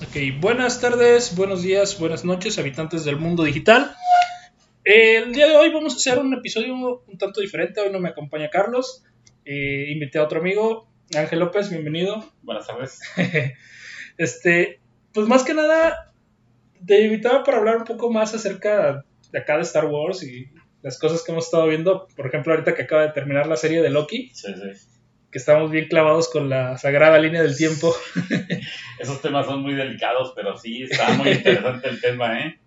Ok, buenas tardes, buenos días, buenas noches, habitantes del mundo digital. El día de hoy vamos a hacer un episodio un tanto diferente. Hoy no me acompaña Carlos. Invité a otro amigo, Ángel López, bienvenido. Buenas tardes. Pues más que nada, te invitaba para hablar un poco más acerca de acá de Star Wars y las cosas que hemos estado viendo. Por ejemplo, ahorita que acaba de terminar la serie de Loki. Sí. Que estamos bien clavados con la sagrada línea del tiempo. Esos temas son muy delicados, pero sí, está muy interesante el tema, ¿eh?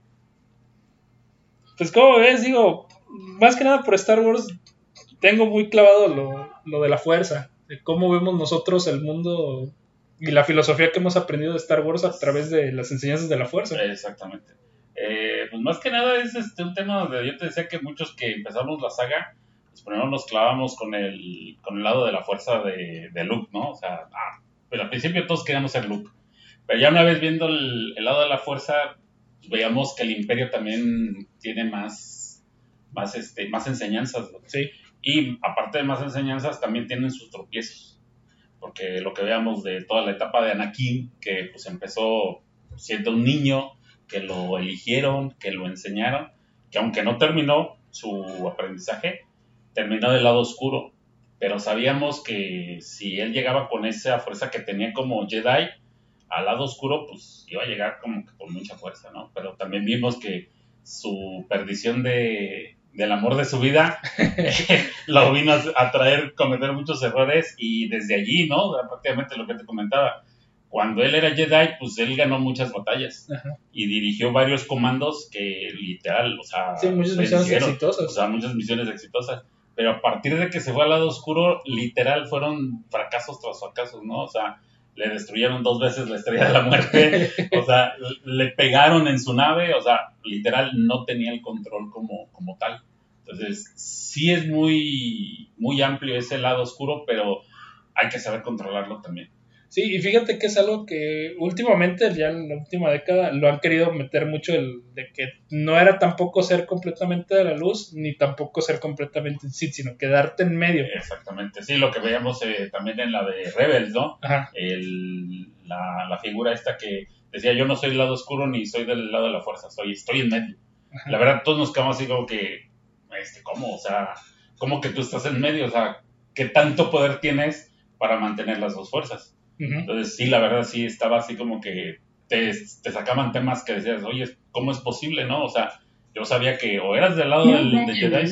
Pues como ves, digo, más que nada por Star Wars tengo muy clavado lo de la fuerza, de cómo vemos nosotros el mundo y la filosofía que hemos aprendido de Star Wars a través de las enseñanzas de la fuerza. Exactamente. Pues más que nada es un tema donde yo te decía que muchos que empezamos la saga, pues primero nos clavamos con el lado de la fuerza de Luke, ¿no? O sea, pero al principio todos queríamos ser Luke. Pero ya una vez viendo el lado de la fuerza, pues veíamos que el Imperio también tiene más enseñanzas, ¿no? Sí. Y aparte de más enseñanzas, también tienen sus tropiezos. Porque lo que veamos de toda la etapa de Anakin, que pues empezó siendo un niño, que lo eligieron, que lo enseñaron, que aunque no terminó su aprendizaje, terminó del lado oscuro. Pero sabíamos que si él llegaba con esa fuerza que tenía como Jedi al lado oscuro, pues iba a llegar como que con mucha fuerza, ¿no? Pero también vimos que su perdición del amor de su vida lo vino a traer, cometer muchos errores, y desde allí, ¿no? O sea, prácticamente lo que te comentaba, cuando él era Jedi, pues él ganó muchas batallas. Ajá. Y dirigió varios comandos que literal, o sea, Sí, muchas misiones exitosas. O sea, muchas misiones exitosas. Pero a partir de que se fue al lado oscuro, literal fueron fracasos tras fracasos, ¿no? O sea, le destruyeron 2 veces la Estrella de la Muerte, o sea, le pegaron en su nave, o sea, literal no tenía el control como tal. Entonces, sí es muy, muy amplio ese lado oscuro, pero hay que saber controlarlo también. Sí, y fíjate que es algo que últimamente, ya en la última década, lo han querido meter mucho de que no era tampoco ser completamente de la luz, ni tampoco ser completamente Sith, sino quedarte en medio. Exactamente, sí, lo que veíamos también en la de Rebels, ¿no? Ajá. La figura esta que decía, yo no soy del lado oscuro ni soy del lado de la fuerza, estoy en medio. Ajá. La verdad, todos nos quedamos así como que, ¿cómo? O sea, ¿cómo que tú estás en medio? O sea, ¿qué tanto poder tienes para mantener las dos fuerzas? Uh-huh. Entonces, sí, la verdad, sí estaba así como que te sacaban temas que decías, oye, ¿cómo es posible, no? O sea, yo sabía que o eras del lado de Jedi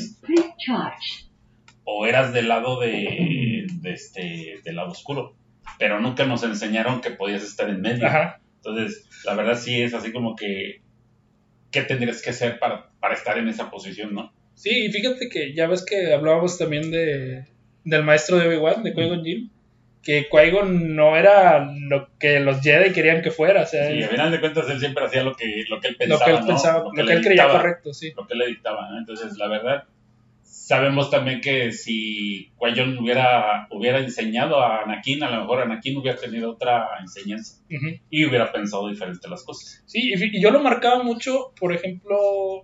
o eras del lado del lado oscuro, pero nunca nos enseñaron que podías estar en medio. Ajá. Entonces, la verdad sí es así como que ¿qué tendrías que hacer para estar en esa posición, no? Sí, y fíjate que ya ves que hablábamos también del maestro de Obi-Wan, de Qui-Gon Jinn, que Qui-Gon no era lo que los Jedi querían que fuera. O sea, sí, a final de cuentas él siempre hacía lo que él pensaba, lo que él creía correcto, sí. Lo que él le dictaba, ¿no? Entonces, la verdad, sabemos también que si Qui-Gon hubiera enseñado a Anakin, a lo mejor Anakin hubiera tenido otra enseñanza. Uh-huh. Y hubiera pensado diferente las cosas. Sí, y yo lo marcaba mucho, por ejemplo,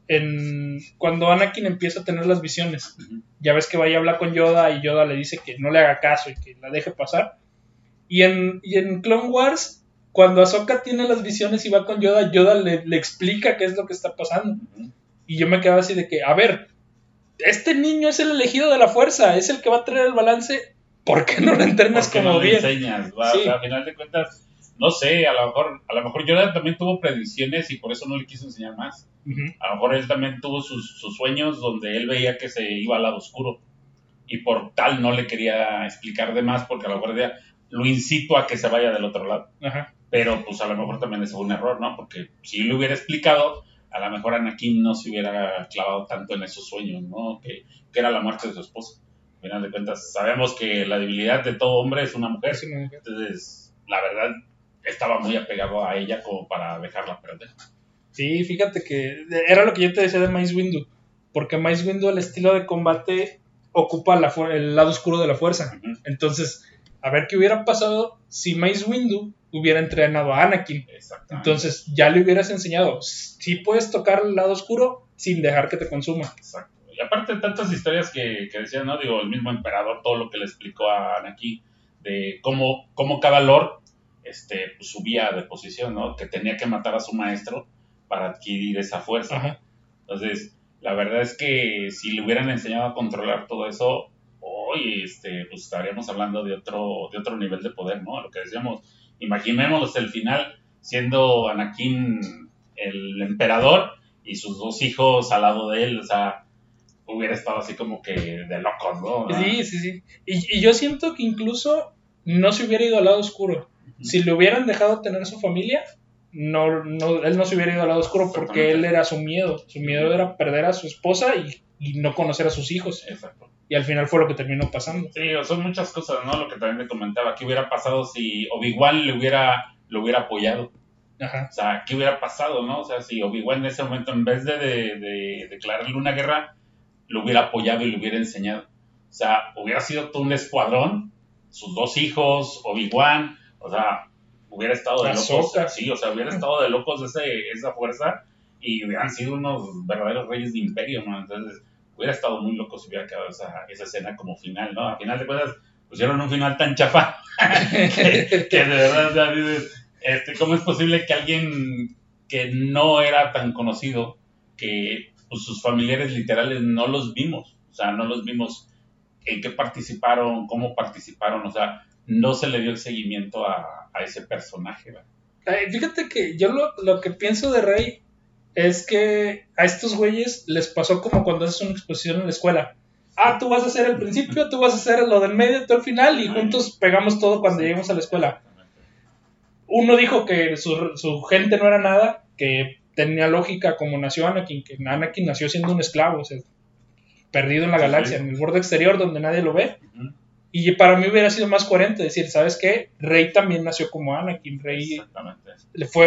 cuando Anakin empieza a tener las visiones. Uh-huh. Ya ves que va y habla con Yoda y Yoda le dice que no le haga caso y que la deje pasar. Y en Clone Wars, cuando Ahsoka tiene las visiones y va con Yoda, Yoda le explica qué es lo que está pasando. Uh-huh. Y yo me quedaba así de que, a ver, este niño es el elegido de la fuerza, es el que va a traer el balance. ¿Por qué no lo entrenas como no bien? Enseñas? Sí. O sea, al final de cuentas, no sé, a lo mejor Yoda también tuvo predicciones y por eso no le quiso enseñar más. Uh-huh. A lo mejor él también tuvo sus sueños donde él veía que se iba al lado oscuro y por tal no le quería explicar de más, porque a lo mejor lo incito a que se vaya del otro lado. Uh-huh. Pero pues a lo mejor también es un error, ¿no? Porque si le hubiera explicado, a lo mejor Anakin no se hubiera clavado tanto en esos sueños, ¿no? Que era la muerte de su esposa. Al final de cuentas, sabemos que la debilidad de todo hombre es una mujer. Sí, entonces, la verdad, estaba muy apegado a ella como para dejarla perder. Sí, fíjate que era lo que yo te decía de Mace Windu. Porque Mace Windu, el estilo de combate, ocupa el lado oscuro de la fuerza. Uh-huh. Entonces, a ver qué hubiera pasado si Mace Windu hubiera entrenado a Anakin. Entonces ya le hubieras enseñado, sí puedes tocar el lado oscuro sin dejar que te consuma. Exacto. Y aparte de tantas historias que decían, ¿no? Digo, el mismo emperador, todo lo que le explicó a Anakin, de cómo cada lord pues, subía de posición, ¿no? Que tenía que matar a su maestro para adquirir esa fuerza. Ajá. Entonces, la verdad es que si le hubieran enseñado a controlar todo eso, hoy pues estaríamos hablando de otro nivel de poder, ¿no? Lo que decíamos, imaginémonos el final siendo Anakin el emperador y sus 2 hijos al lado de él, o sea, hubiera estado así como que de locos, ¿no? Sí. Y yo siento que incluso no se hubiera ido al lado oscuro. Si le hubieran dejado tener su familia, él no se hubiera ido al lado oscuro porque él era su miedo. Su miedo era perder a su esposa y no conocer a sus hijos. Exacto. Y al final fue lo que terminó pasando. Sí, son muchas cosas, ¿no? Lo que también te comentaba, ¿qué hubiera pasado si Obi-Wan lo hubiera apoyado? Ajá. O sea, ¿qué hubiera pasado, no? O sea, si Obi-Wan en ese momento, en vez de declararle una guerra, lo hubiera apoyado y lo hubiera enseñado. O sea, hubiera sido todo un escuadrón, sus 2 hijos, Obi-Wan, o sea, hubiera estado de locos. Sí, o sea, hubiera estado de locos esa fuerza y hubieran sido unos verdaderos reyes de imperio, ¿no? Entonces, hubiera estado muy loco si hubiera quedado esa escena como final, ¿no? A final de cuentas, pusieron un final tan chafa que de verdad, o sea, dices, ¿cómo es posible que alguien que no era tan conocido, que pues, sus familiares literales no los vimos? O sea, no los vimos en qué participaron, cómo participaron, o sea, no se le dio el seguimiento a ese personaje, ¿verdad? Fíjate que yo lo que pienso de Rey es que a estos güeyes les pasó como cuando haces una exposición en la escuela. Tú vas a hacer el principio, tú vas a hacer lo del medio, tú el final y juntos pegamos todo cuando lleguemos a la escuela. Uno dijo que su gente no era nada, que tenía lógica como nació Anakin, que Anakin nació siendo un esclavo, o sea, perdido en la galaxia, en el borde exterior donde nadie lo ve. Y para mí hubiera sido más coherente decir, ¿sabes qué? Rey también nació como Anakin, Rey fue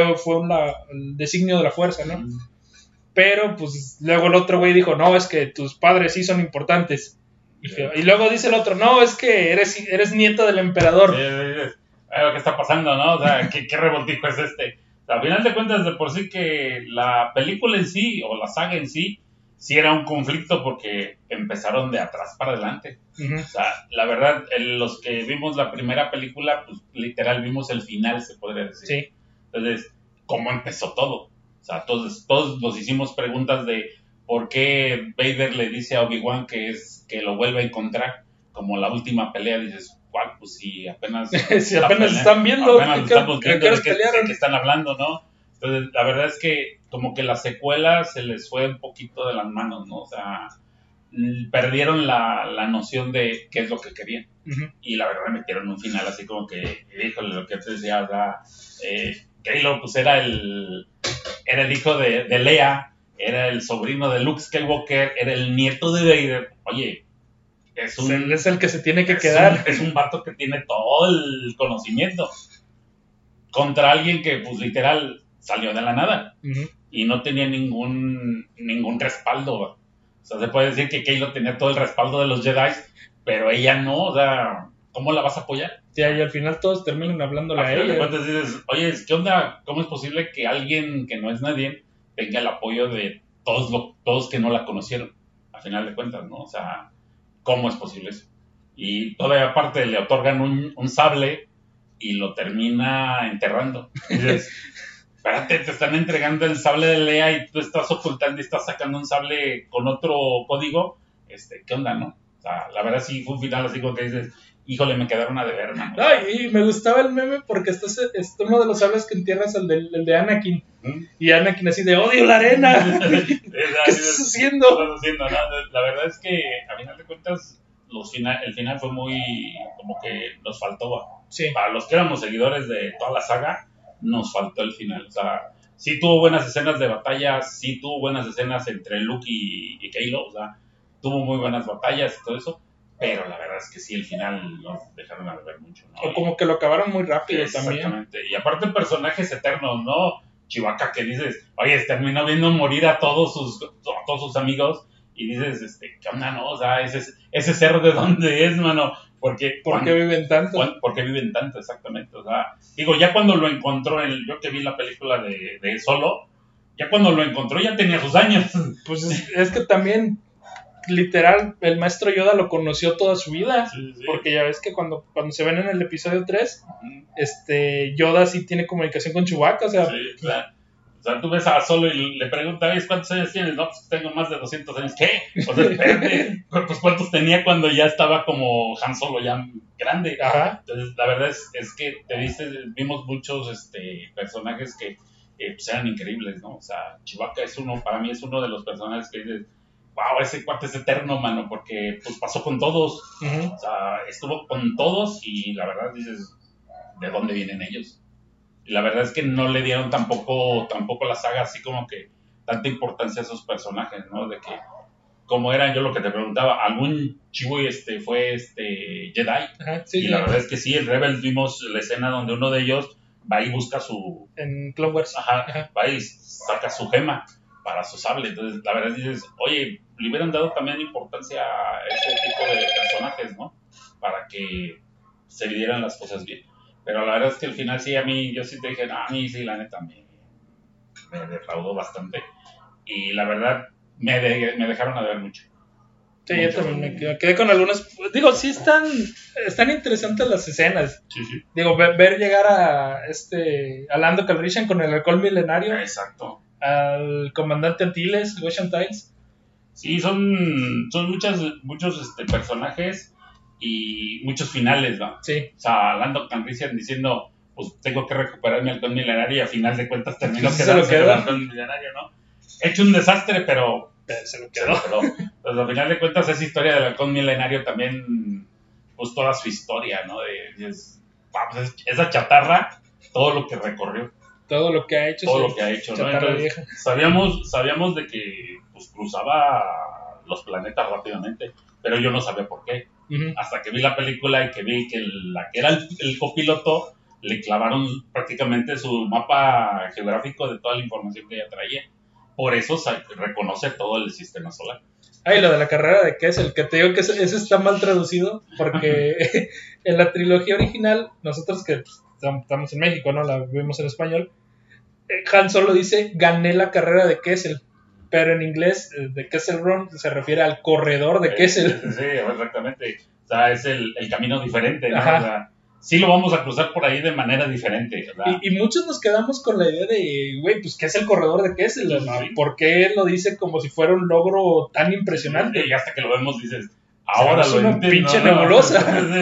el designio de la fuerza, ¿no? Pero pues luego el otro güey dijo, no, es que tus padres sí son importantes. Y luego dice el otro, no, es que eres nieto del emperador. ¿Qué está pasando, no? O sea, ¿qué revoltijo es este? O sea, al final de cuentas, de por sí que la película en sí, o la saga en sí, sí era un conflicto porque empezaron de atrás para adelante. Uh-huh. O sea, la verdad, los que vimos la primera película, pues literal vimos el final, se podría decir. Sí. Entonces, ¿cómo empezó todo? O sea, todos nos hicimos preguntas de por qué Vader le dice a Obi-Wan que lo vuelve a encontrar, como la última pelea, dices, ¿cuál? Pues si apenas... si apenas están viendo, apenas estamos viendo de qué están hablando, ¿no? Entonces, la verdad es que como que la secuela se les fue un poquito de las manos, ¿no? O sea, perdieron la noción de qué es lo que querían. Uh-huh. Y la verdad metieron un final así como que, híjole, lo que te decía, o sea, Kylo pues era el hijo de Leia, era el sobrino de Luke Skywalker, era el nieto de Vader. Oye, es el que se tiene que quedar. Es un vato que tiene todo el conocimiento contra alguien que pues literal salió de la nada. Uh-huh. Y no tenía ningún respaldo. O sea, se puede decir que Kylo tenía todo el respaldo de los Jedi, pero ella no, o sea, ¿cómo la vas a apoyar? Sí, y al final todos terminan hablándole a ella. Entonces dices, oye, ¿qué onda? ¿Cómo es posible que alguien que no es nadie tenga el apoyo de todos que no la conocieron? A final de cuentas, ¿no? O sea, ¿cómo es posible eso? Y todavía aparte le otorgan un sable y lo termina enterrando. Dices, espérate, te están entregando el sable de Leia y tú estás ocultando y estás sacando un sable con otro código. ¿Qué onda, no? O sea, la verdad sí fue un final así como que dices, híjole, me quedaron a deber, ¿no? Y me gustaba el meme porque este es uno de los sables que entierras, el de Anakin. ¿Mm? Y Anakin así de, odio la arena. ¿Qué estás haciendo? ¿no? La verdad es que, a final de cuentas, el final fue muy, como que nos faltó. Sí. Para los que éramos seguidores de toda la saga, nos faltó el final. O sea, sí tuvo buenas escenas de batalla, sí tuvo buenas escenas entre Luke y Kylo, o sea, tuvo muy buenas batallas y todo eso, pero la verdad es que sí, el final nos dejaron a ver mucho, ¿no? O como que lo acabaron muy rápido también. Exactamente, y aparte personajes eternos, ¿no? Chewbacca, que dices, oye, terminó viendo morir a todos sus amigos, y dices, ¿qué onda, no? O sea, ese cerro de dónde es, mano. ¿Por qué viven tanto? ¿Por qué viven tanto, exactamente? O sea, digo, ya cuando lo encontró, yo que vi la película de Solo, ya cuando lo encontró ya tenía sus años. Pues es que también literal, el maestro Yoda lo conoció toda su vida. Sí, sí. Porque ya ves que cuando se ven en el episodio 3, Ujú. Yoda sí tiene comunicación con Chewbacca, o sea, Sí, o sea, tú ves a Solo y le preguntas, "Oye, ¿cuántos años tienes?" No, pues tengo más de 200 años. ¿Qué? O sea, espérate, pues ¿cuántos tenía cuando ya estaba como Han Solo ya grande? ajá, Entonces, la verdad es que vimos muchos personajes que pues eran increíbles, ¿no? O sea, Chewbacca para mí es uno de los personajes que dices, wow, ese cuate es eterno, mano, porque pues pasó con todos, ujú. o sea, estuvo con todos y la verdad dices, ¿de dónde vienen ellos? Y la verdad es que no le dieron tampoco la saga así como que tanta importancia a esos personajes, ¿no? De que, como eran, yo lo que te preguntaba, algún Chihuahua fue Jedi. Ajá, sí, Y la verdad es que sí, en Rebels vimos la escena donde uno de ellos va y busca en Clone Wars. Ajá. va y saca su gema para su sable. Entonces, la verdad dices, oye, le hubieran dado también importancia a ese tipo de personajes, ¿no? Para que se dieran las cosas bien. Pero la verdad es que al final sí, yo sí te dije, no, a mí sí, la neta, me defraudó bastante. Y la verdad, me dejaron a ver mucho. Sí, yo también me quedé con algunas. Digo, sí están interesantes las escenas. Sí, sí. Digo, ver llegar a Lando Calrissian con el alcohol milenario, Exacto. al comandante Antilles, Wash Tiles. Sí, son muchos personajes y muchos finales, ¿no? Sí. O sea, Lando Calrissian diciendo, pues tengo que recuperar mi halcón milenario y a final de cuentas terminó Pues se lo quedándose quedó. el halcón milenario, ¿no? Hecho un desastre, pero Se lo quedó. Pues a final de cuentas esa historia del halcón milenario también, pues toda su historia, ¿no? Esa chatarra, todo lo que recorrió. Todo lo que ha hecho. Todo lo que ha hecho, ¿no? Entonces, sabíamos de que pues, cruzaba los planetas rápidamente, pero yo no sabía por qué. Uh-huh. Hasta que vi la película y que vi que la que era el copiloto le clavaron prácticamente su mapa geográfico de toda la información que ella traía. Por eso reconoce todo el sistema solar. Ay, lo de la carrera de Kessel, que te digo que ese está mal traducido, porque en la trilogía original, nosotros que estamos en México, ¿no? La vemos en español, Han Solo dice, gané la carrera de Kessel, pero en inglés, de Kessel Run, se refiere al corredor de Kessel. Sí, exactamente. O sea, es el camino diferente, ¿no? Ajá. O sea, sí lo vamos a cruzar por ahí de manera diferente, ¿verdad? Y muchos nos quedamos con la idea de, güey, pues, ¿qué es el corredor de Kessel? Sí. ¿Por qué él lo dice como si fuera un logro tan impresionante? Sí, y hasta que lo vemos dices, ahora lo entiendo. Pinche nebulosa.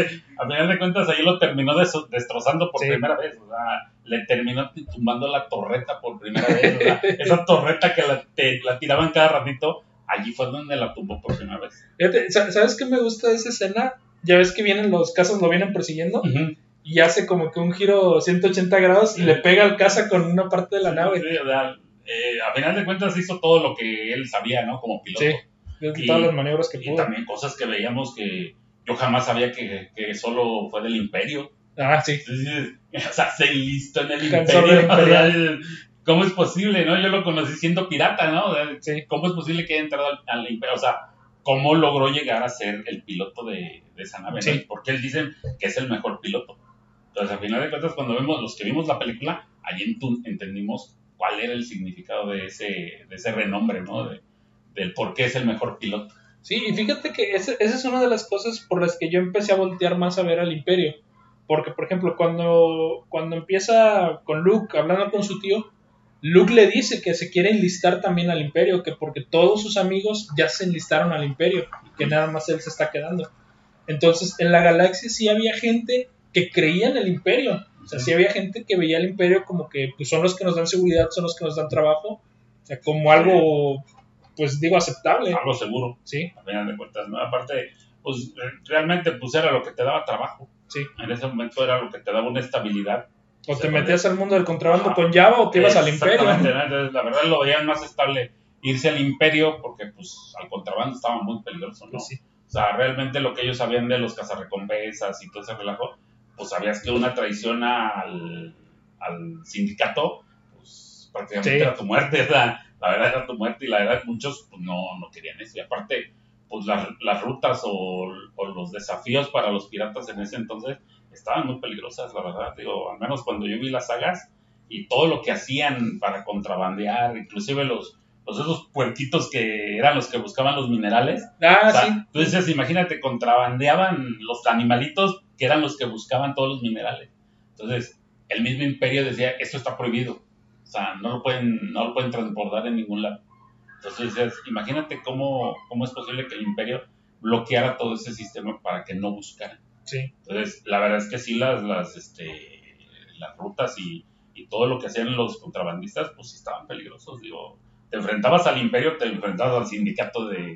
A final de cuentas, ahí lo terminó destrozando por primera vez, o sea, le terminó tumbando la torreta por primera vez, o sea, esa torreta que la tiraban cada ratito, allí fue donde la tumbó por primera vez. Fíjate, ¿sabes qué me gusta de esa escena? Ya ves que los cazas lo vienen persiguiendo. Uh-huh. Y hace como que un giro 180 grados y le pega al caza con una parte de la nave. Sí, o sea, a final de cuentas hizo todo lo que él sabía, ¿no? Como piloto. Sí, todas las maniobras que pudo. Y también cosas que veíamos que yo jamás sabía que solo fue del Imperio. Ah, sí. O sea, se enlistó en el Imperio. O sea, ¿cómo es posible, no? Yo lo conocí siendo pirata, ¿no? O sea, sí. ¿Cómo es posible que haya entrado al Imperio? O sea, ¿cómo logró llegar a ser el piloto de esa nave? Sí. ¿No? Porque él dicen que es el mejor piloto. Entonces, al final de cuentas, cuando los que vimos la película, allí entendimos cuál era el significado de ese renombre, ¿no? Del por qué es el mejor piloto. Sí, y fíjate que esa es una de las cosas por las que yo empecé a voltear más a ver al Imperio. Porque, por ejemplo, cuando empieza con Luke hablando con su tío, Luke le dice que se quiere enlistar también al Imperio, que porque todos sus amigos ya se enlistaron al Imperio, y que nada más él se está quedando. Entonces, en la galaxia sí había gente que creía en el Imperio. O sea, sí había gente que veía al Imperio como que pues, son los que nos dan seguridad, son los que nos dan trabajo. O sea, como algo, pues digo, aceptable. Algo seguro. Sí. A final de cuentas, ¿no? Aparte, pues realmente pues era lo que te daba trabajo. Sí. En ese momento era lo que te daba una estabilidad. O te metías al mundo del contrabando con Java o te ibas al Imperio. Entonces, la verdad lo veían más estable irse al Imperio porque pues al contrabando estaba muy peligroso, ¿no? Pues sí. O sea, realmente lo que ellos sabían de los cazarrecompensas y todo ese relajo, pues sabías que una traición al sindicato, pues prácticamente era tu muerte, o sea, la verdad era tu muerte y la verdad muchos pues, no querían eso. Y aparte, pues las rutas o los desafíos para los piratas en ese entonces estaban muy peligrosas, la verdad. Digo, al menos cuando yo vi las sagas y todo lo que hacían para contrabandear, inclusive los pues esos puerquitos que eran los que buscaban los minerales. Ah, O sea, sí. tú dices, imagínate, contrabandeaban los animalitos que eran los que buscaban todos los minerales. Entonces, el mismo imperio decía, esto está prohibido. O sea, no lo pueden transbordar en ningún lado. Entonces, imagínate cómo es posible que el imperio bloqueara todo ese sistema para que no buscaran. Sí. Entonces, la verdad es que sí, las rutas y todo lo que hacían los contrabandistas, pues sí estaban peligrosos. Digo, te enfrentabas al imperio, te enfrentabas al sindicato de...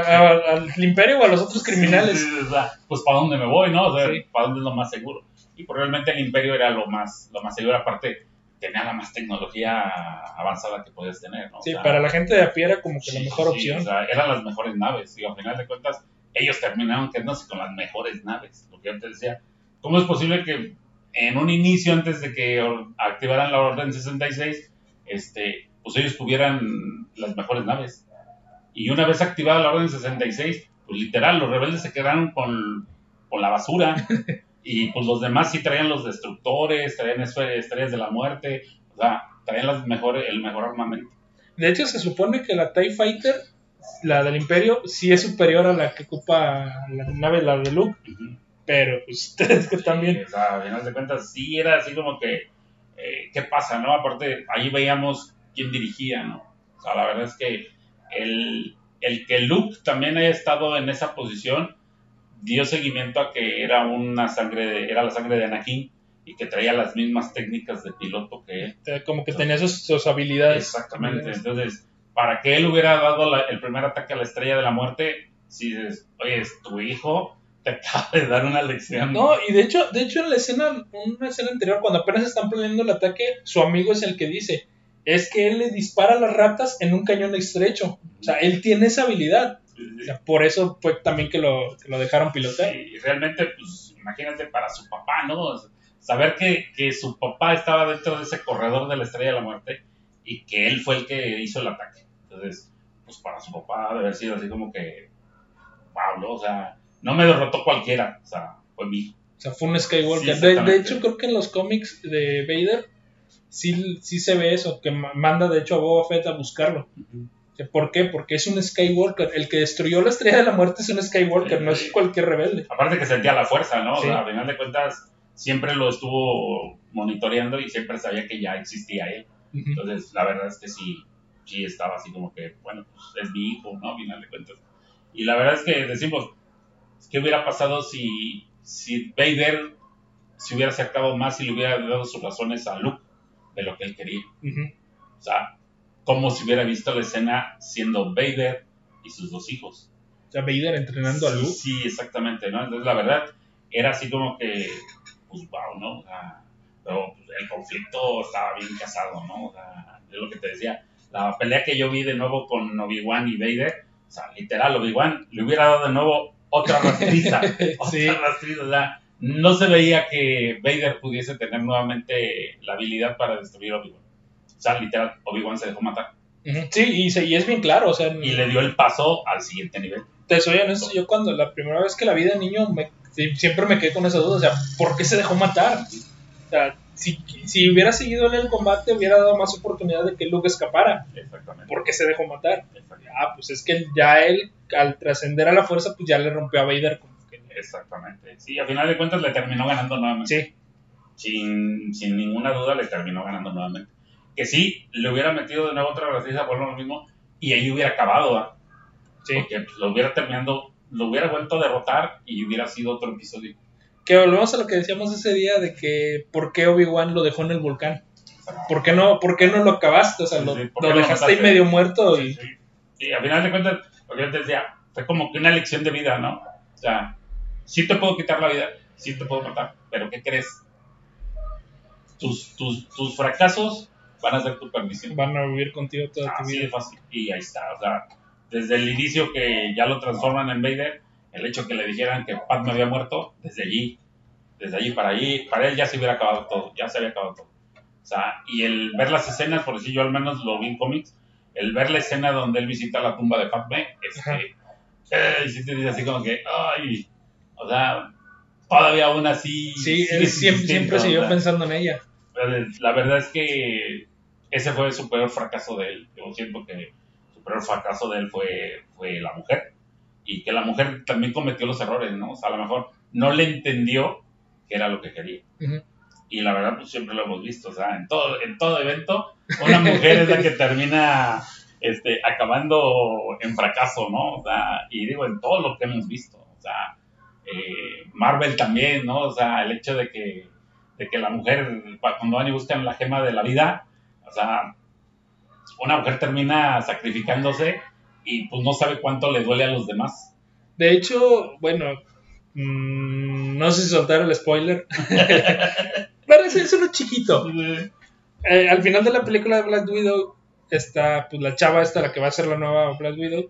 Al imperio o a los otros criminales. Sí, o sea, pues ¿para dónde me voy, no? O sea, Sí. ¿para dónde es lo más seguro? Y pues realmente el imperio era lo más seguro, aparte tenía la más tecnología avanzada que podías tener, ¿no? Sí, o sea, para la gente de a pie era como que la sí, mejor sí, opción. O sea, eran las mejores naves. Y al final de cuentas, ellos terminaron quedándose con las mejores naves. Lo que yo te decía, ¿cómo es posible que en un inicio, antes de que activaran la Orden 66, pues ellos tuvieran las mejores naves? Y una vez activada la Orden 66, pues literal, los rebeldes se quedaron con la basura. Y pues los demás sí traían los destructores, traían estrellas de la muerte, o sea, traían el mejor armamento. De hecho, se supone que la TIE Fighter, la del Imperio, sí es superior a la que ocupa la nave, la de Luke. Uh-huh. Pero, pues, ustedes que también. O sea, a final de cuentas, sí era así como que, ¿qué pasa, no? Aparte, ahí veíamos quién dirigía, ¿no? O sea, la verdad es que el que Luke también haya estado en esa posición dio seguimiento a que era la sangre de Anakin y que traía las mismas técnicas de piloto que él. Como que tenía sus habilidades. Exactamente. Entonces, para que él hubiera dado el primer ataque a la Estrella de la Muerte, si dices, oye, es tu hijo, te acaba de dar una lección. No, y de hecho en una escena anterior, cuando apenas están planeando el ataque, su amigo es el que dice, es que él le dispara a las ratas en un cañón estrecho. O sea, él tiene esa habilidad. O sea, por eso fue también que lo dejaron pilotar. Sí, y realmente, pues, imagínate para su papá, ¿no? Saber que su papá estaba dentro de ese corredor de la Estrella de la Muerte y que él fue el que hizo el ataque. Entonces, pues para su papá debe haber sido así como que, wow, ¿no? O sea, no me derrotó cualquiera, o sea, fue mi hijo. O sea, fue un Skywalker. Sí, de hecho, creo que en los cómics de Vader sí se ve eso, que manda de hecho a Boba Fett a buscarlo. Uh-huh. ¿Por qué? Porque es un Skywalker. El que destruyó la Estrella de la Muerte es un Skywalker, no es cualquier rebelde. Aparte que sentía la fuerza, ¿no? Sí. O sea, a final de cuentas, siempre lo estuvo monitoreando y siempre sabía que ya existía él. Uh-huh. Entonces, la verdad es que sí estaba así como que, bueno, pues es mi hijo, ¿no? A final de cuentas. Y la verdad es que decimos, ¿qué hubiera pasado si Vader se hubiera acercado más y le hubiera dado sus razones a Luke de lo que él quería? Uh-huh. O sea, ¿cómo se hubiera visto la escena siendo Vader y sus dos hijos? O sea, Vader entrenando a Luke. Sí, exactamente, ¿no? Entonces, la verdad, era así como que, pues, wow, ¿no? O sea, pero pues, el conflicto estaba bien casado, ¿no? O sea, es lo que te decía. La pelea que yo vi de nuevo con Obi-Wan y Vader, o sea, literal, Obi-Wan le hubiera dado de nuevo otra rastriza. Sí. Otra rastriza, o sea, no se veía que Vader pudiese tener nuevamente la habilidad para destruir a Obi-Wan. O sea, literal, Obi-Wan se dejó matar. Uh-huh. Sí, y es bien claro, o sea... Y le dio el paso al siguiente nivel. Te soy honesto, yo cuando la primera vez que la vi de niño siempre me quedé con esa duda, o sea, ¿por qué se dejó matar? O sea, si hubiera seguido en el combate hubiera dado más oportunidad de que Luke escapara. Exactamente. ¿Por qué se dejó matar? Pues es que ya él, al trascender a la fuerza, pues ya le rompió a Vader. Como que... Exactamente. Sí, a final de cuentas le terminó ganando nuevamente. Sí. Sin ninguna duda le terminó ganando nuevamente. Que sí, le hubiera metido de nuevo otra rastriza por lo mismo y ahí hubiera acabado, ¿verdad? Sí. Porque pues, lo hubiera vuelto a derrotar y hubiera sido otro episodio. Que volvemos a lo que decíamos ese día de que ¿por qué Obi-Wan lo dejó en el volcán? ¿Por qué no lo acabaste? O sea, lo dejaste ahí medio muerto y... Sí, a final de cuentas, lo que yo te decía, fue como que una lección de vida, ¿no? O sea, sí te puedo quitar la vida, sí te puedo matar, pero ¿qué crees? Tus fracasos van a ser tu perdición. Van a vivir contigo toda tu vida. Así de fácil. Y ahí está, o sea, desde el inicio que ya lo transforman en Vader, el hecho que le dijeran que Padme había muerto, desde allí para él ya se hubiera acabado todo, ya se había acabado todo. O sea, y el ver las escenas, por decir yo al menos lo vi en cómics, el ver la escena donde él visita la tumba de Padme, y sí te dice así como que, ay, o sea, todavía aún así... Sí, él siempre siguió pensando en ella. La verdad es que ese fue su peor fracaso de él. Yo siento que pero el fracaso de él fue la mujer. Y que la mujer también cometió los errores, ¿no? O sea, a lo mejor no le entendió que era lo que quería. Ujú. Y la verdad, pues siempre lo hemos visto, o sea, en todo evento, una mujer es la que termina acabando en fracaso, ¿no? O sea, y digo, en todo lo que hemos visto, o sea, Marvel también, ¿no? O sea, el hecho de que la mujer, cuando van y buscan la gema de la vida, o sea, una mujer termina sacrificándose y pues no sabe cuánto le duele a los demás. De hecho, bueno, no sé si soltar el spoiler. Pero es uno chiquito. Al final de la película de Black Widow está pues, la chava esta, la que va a ser la nueva Black Widow.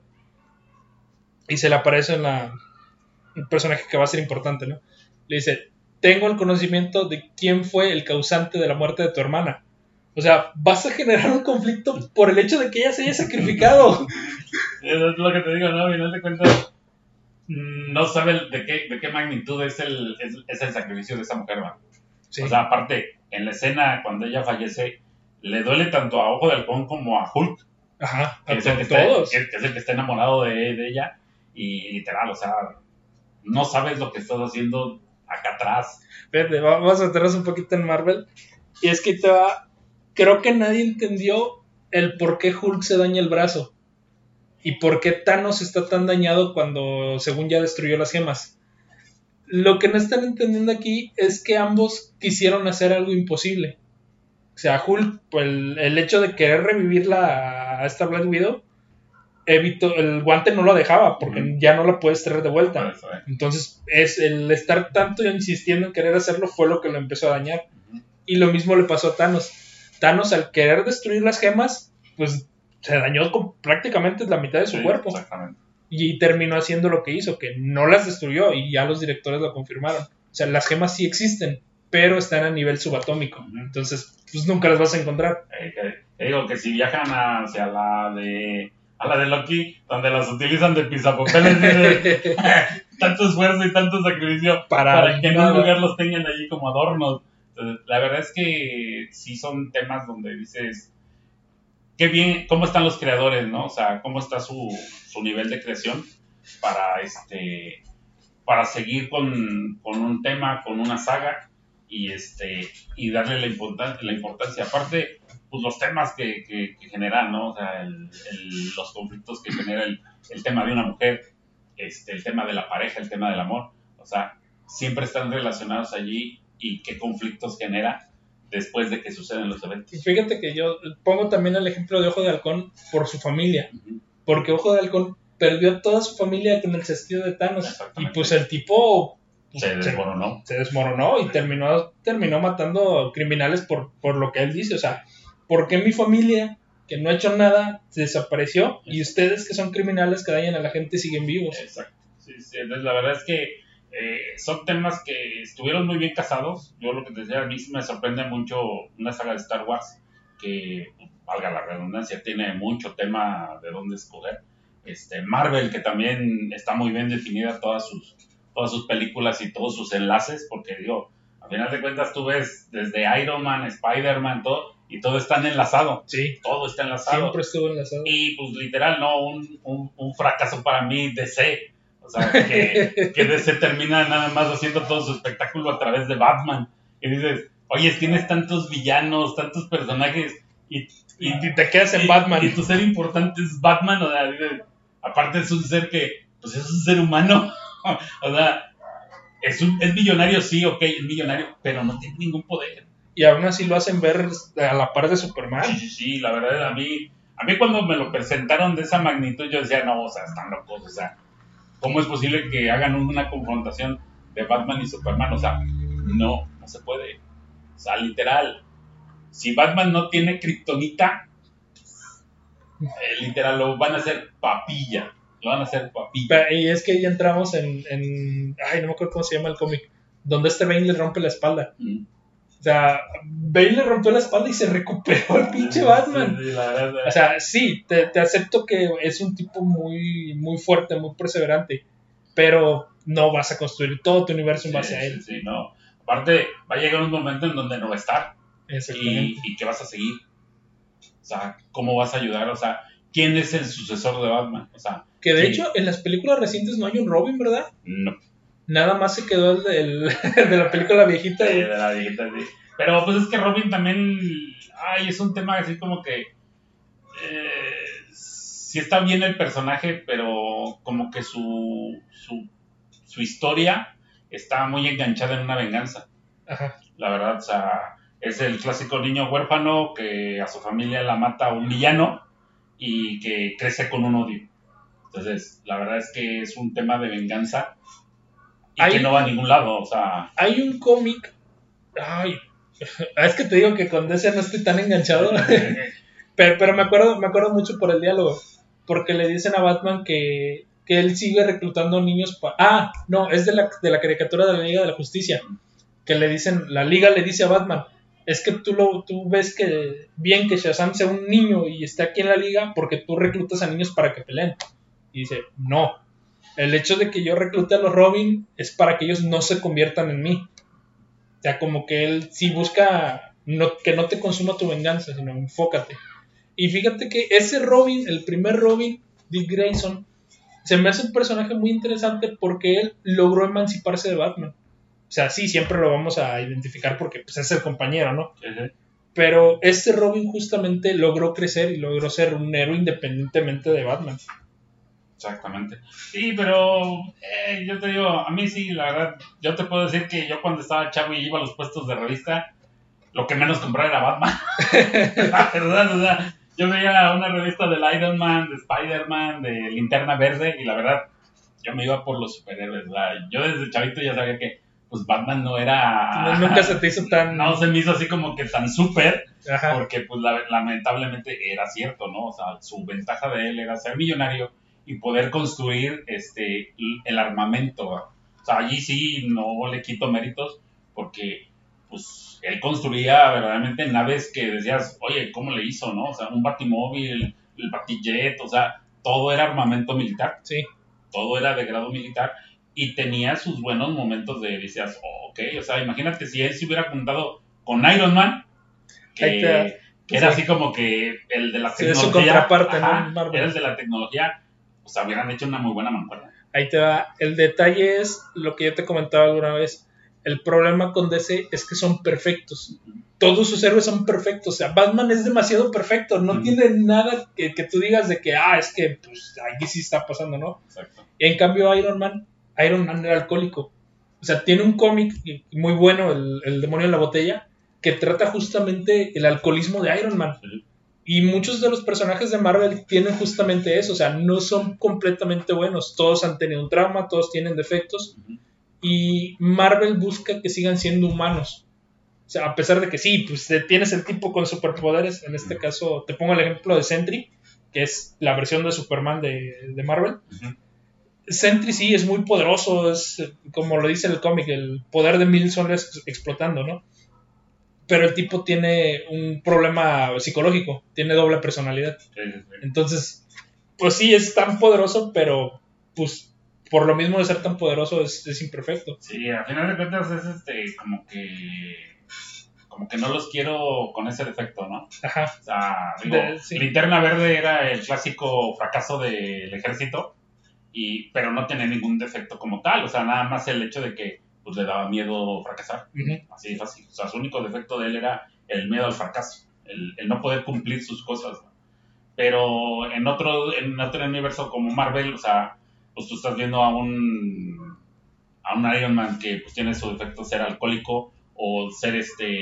Y se le aparece un personaje que va a ser importante, ¿no? Le dice, tengo el conocimiento de quién fue el causante de la muerte de tu hermana. O sea, vas a generar un conflicto por el hecho de que ella se haya sacrificado. Es lo que te digo, ¿no? A final de cuentas, no sabe de qué magnitud es el sacrificio de esa mujer, ¿no? Sí. O sea, aparte, en la escena, cuando ella fallece, le duele tanto a Ojo de Halcón como a Hulk. Ajá, que es el que está enamorado de ella. Y literal, o sea, no sabes lo que estás haciendo acá atrás. Fíjate, vamos a meternos un poquito en Marvel. Y es que creo que nadie entendió el por qué Hulk se daña el brazo. Y por qué Thanos está tan dañado cuando, según ya destruyó las gemas. Lo que no están entendiendo aquí es que ambos quisieron hacer algo imposible. O sea, Hulk, pues, el hecho de querer revivir a esta Black Widow, el guante no lo dejaba, porque ya no la puedes traer de vuelta. Entonces, el estar tanto insistiendo en querer hacerlo fue lo que lo empezó a dañar. Y lo mismo le pasó a Thanos. Thanos, al querer destruir las gemas, pues se dañó con prácticamente la mitad de su cuerpo. Exactamente. Y terminó haciendo lo que hizo, que no las destruyó, y ya los directores lo confirmaron. O sea, las gemas sí existen, pero están a nivel subatómico. Entonces, pues nunca las vas a encontrar. Digo que si viajan hacia la de Loki, donde las utilizan de pisapapeles, tanto esfuerzo y tanto sacrificio para que en un lugar los tengan allí como adornos. Entonces, la verdad es que sí son temas donde dices, qué bien, cómo están los creadores, ¿no? O sea, cómo está su nivel de creación para seguir con un tema, con una saga y darle la importancia. Aparte, pues los temas que generan, ¿no? O sea, los conflictos que genera el tema de una mujer, el tema de la pareja, el tema del amor, o sea, siempre están relacionados allí y qué conflictos genera después de que suceden los eventos. Y fíjate que yo pongo también el ejemplo de Ojo de Halcón por su familia, porque Ojo de Halcón perdió toda su familia con el cestillo de Thanos, y pues el tipo se desmoronó y terminó matando criminales por lo que él dice. O sea, ¿por qué mi familia, que no ha hecho nada, se desapareció? Y ustedes, que son criminales, que dañan a la gente, siguen vivos. Exacto. Sí, entonces la verdad es que son temas que estuvieron muy bien casados. Yo lo que te decía, a mí me sorprende mucho una saga de Star Wars que, valga la redundancia, tiene mucho tema de dónde escoger. Marvel, que también está muy bien definida todas sus películas y todos sus enlaces, porque digo, a final de cuentas tú ves desde Iron Man, Spider-Man, todo, y todo está enlazado. Sí. Todo está enlazado. Siempre estuvo enlazado. Y pues literal, no, un fracaso para mí DC. O sea, que DC termina nada más haciendo todo su espectáculo a través de Batman. Y dices, oye, tienes tantos villanos, tantos personajes, y te quedas en Batman. Y tu ser importante es Batman, o sea, dices, aparte es un ser que, pues es un ser humano. O sea, es millonario, sí, ok, es millonario, pero no tiene ningún poder. Y aún así lo hacen ver a la par de Superman. Sí, la verdad, a mí cuando me lo presentaron de esa magnitud, yo decía, no, o sea, están locos, o sea, ¿cómo es posible que hagan una confrontación de Batman y Superman? O sea, no se puede. O sea, literal, si Batman no tiene kriptonita, literal, lo van a hacer papilla. Lo van a hacer papilla. Y es que ya entramos en ay, no me acuerdo cómo se llama el cómic, donde Bane le rompe la espalda. O sea, Bane le rompió la espalda y se recuperó el pinche Batman. Sí, la verdad. O sea, sí, te acepto que es un tipo muy, muy fuerte, muy perseverante, pero no vas a construir todo tu universo en base a él. Sí, no. Aparte, va a llegar un momento en donde no va a estar. Exactamente. ¿Y qué vas a seguir? O sea, ¿cómo vas a ayudar? O sea, ¿quién es el sucesor de Batman? O sea, que de ¿quién? hecho en las películas recientes no hay un Robin, ¿verdad? No. Nada más se quedó el de la película viejita. Sí, de la viejita, sí. Pero pues es que Robin también, es un tema así como que sí está bien el personaje, pero como que su historia está muy enganchada en una venganza. Ajá. La verdad, o sea, es el clásico niño huérfano que a su familia la mata un villano y que crece con un odio. Entonces, la verdad es que es un tema de venganza y que no va a ningún lado, o sea... Hay un cómic... Ay, es que te digo que con DC no estoy tan enganchado. pero me acuerdo mucho por el diálogo. Porque le dicen a Batman que él sigue reclutando niños no, es de la caricatura de la Liga de la Justicia. Que le dicen, la Liga le dice a Batman, es que tú ves que bien que Shazam sea un niño y esté aquí en la Liga porque tú reclutas a niños para que peleen. Y dice, no, el hecho de que yo reclute a los Robin es para que ellos no se conviertan en mí. O sea, como que él sí busca que no te consuma tu venganza, sino enfócate. Y fíjate que ese Robin, el primer Robin, Dick Grayson, se me hace un personaje muy interesante porque él logró emanciparse de Batman. O sea, sí, siempre lo vamos a identificar porque pues, es el compañero, ¿no? Uh-huh. Pero este Robin justamente logró crecer y logró ser un héroe independientemente de Batman. Exactamente. Sí, pero yo te digo, a mí sí, la verdad, yo te puedo decir que yo cuando estaba chavo y iba a los puestos de revista, lo que menos compraba era Batman. La verdad, o sea, yo veía una revista del Iron Man, de Spider-Man, de Linterna Verde, y la verdad, yo me iba por los superhéroes. Yo desde chavito ya sabía que pues Batman no era... Nunca se te hizo tan... No se me hizo así como que tan súper, Ajá. porque pues lamentablemente era cierto, ¿no? O sea, su ventaja de él era ser millonario y poder construir el armamento. O sea, allí sí no le quito méritos, porque pues él construía verdaderamente naves que decías, oye, ¿cómo le hizo, no? O sea, un batimóvil, el batijet, o sea, todo era armamento militar. Sí. Todo era de grado militar y tenía sus buenos momentos de, decías, ok, o sea, imagínate si él se hubiera juntado con Iron Man, que era así como que el de la tecnología. Sí, su contraparte, ¿no? Era el de la tecnología, o sea, hubieran hecho una muy buena mancuerna. Ahí te va. El detalle es lo que yo te comentaba alguna vez. El problema con DC es que son perfectos. Todos sus héroes son perfectos. O sea, Batman es demasiado perfecto. No tiene nada que tú digas de que, es que pues, aquí sí está pasando, ¿no? Exacto. En cambio, Iron Man era alcohólico. O sea, tiene un cómic muy bueno, el demonio en la botella, que trata justamente el alcoholismo de Iron Man. Sí. Y muchos de los personajes de Marvel tienen justamente eso. O sea, no son completamente buenos. Todos han tenido un trauma, todos tienen defectos. Uh-huh. Y Marvel busca que sigan siendo humanos. O sea, a pesar de que sí, pues tienes el tipo con superpoderes. En este caso, te pongo el ejemplo de Sentry, que es la versión de Superman de Marvel. Uh-huh. Sentry sí es muy poderoso, es como lo dice el cómic, el poder de 1000 soles explotando, ¿no? Pero el tipo tiene un problema psicológico, tiene doble personalidad. Sí. Entonces, pues sí, es tan poderoso, pero pues por lo mismo de ser tan poderoso es imperfecto. Sí, al final de cuentas es como que no los quiero con ese defecto, ¿no? Ajá. O sea, digo, sí. Linterna Verde era el clásico fracaso del ejército, pero no tenía ningún defecto como tal, o sea, nada más el hecho de que pues, le daba miedo fracasar, así de fácil. O sea, su único defecto de él era el miedo al fracaso, el no poder cumplir sus cosas, ¿no? Pero en otro universo como Marvel, o sea, pues tú estás viendo a un Iron Man que pues tiene su defecto ser alcohólico o ser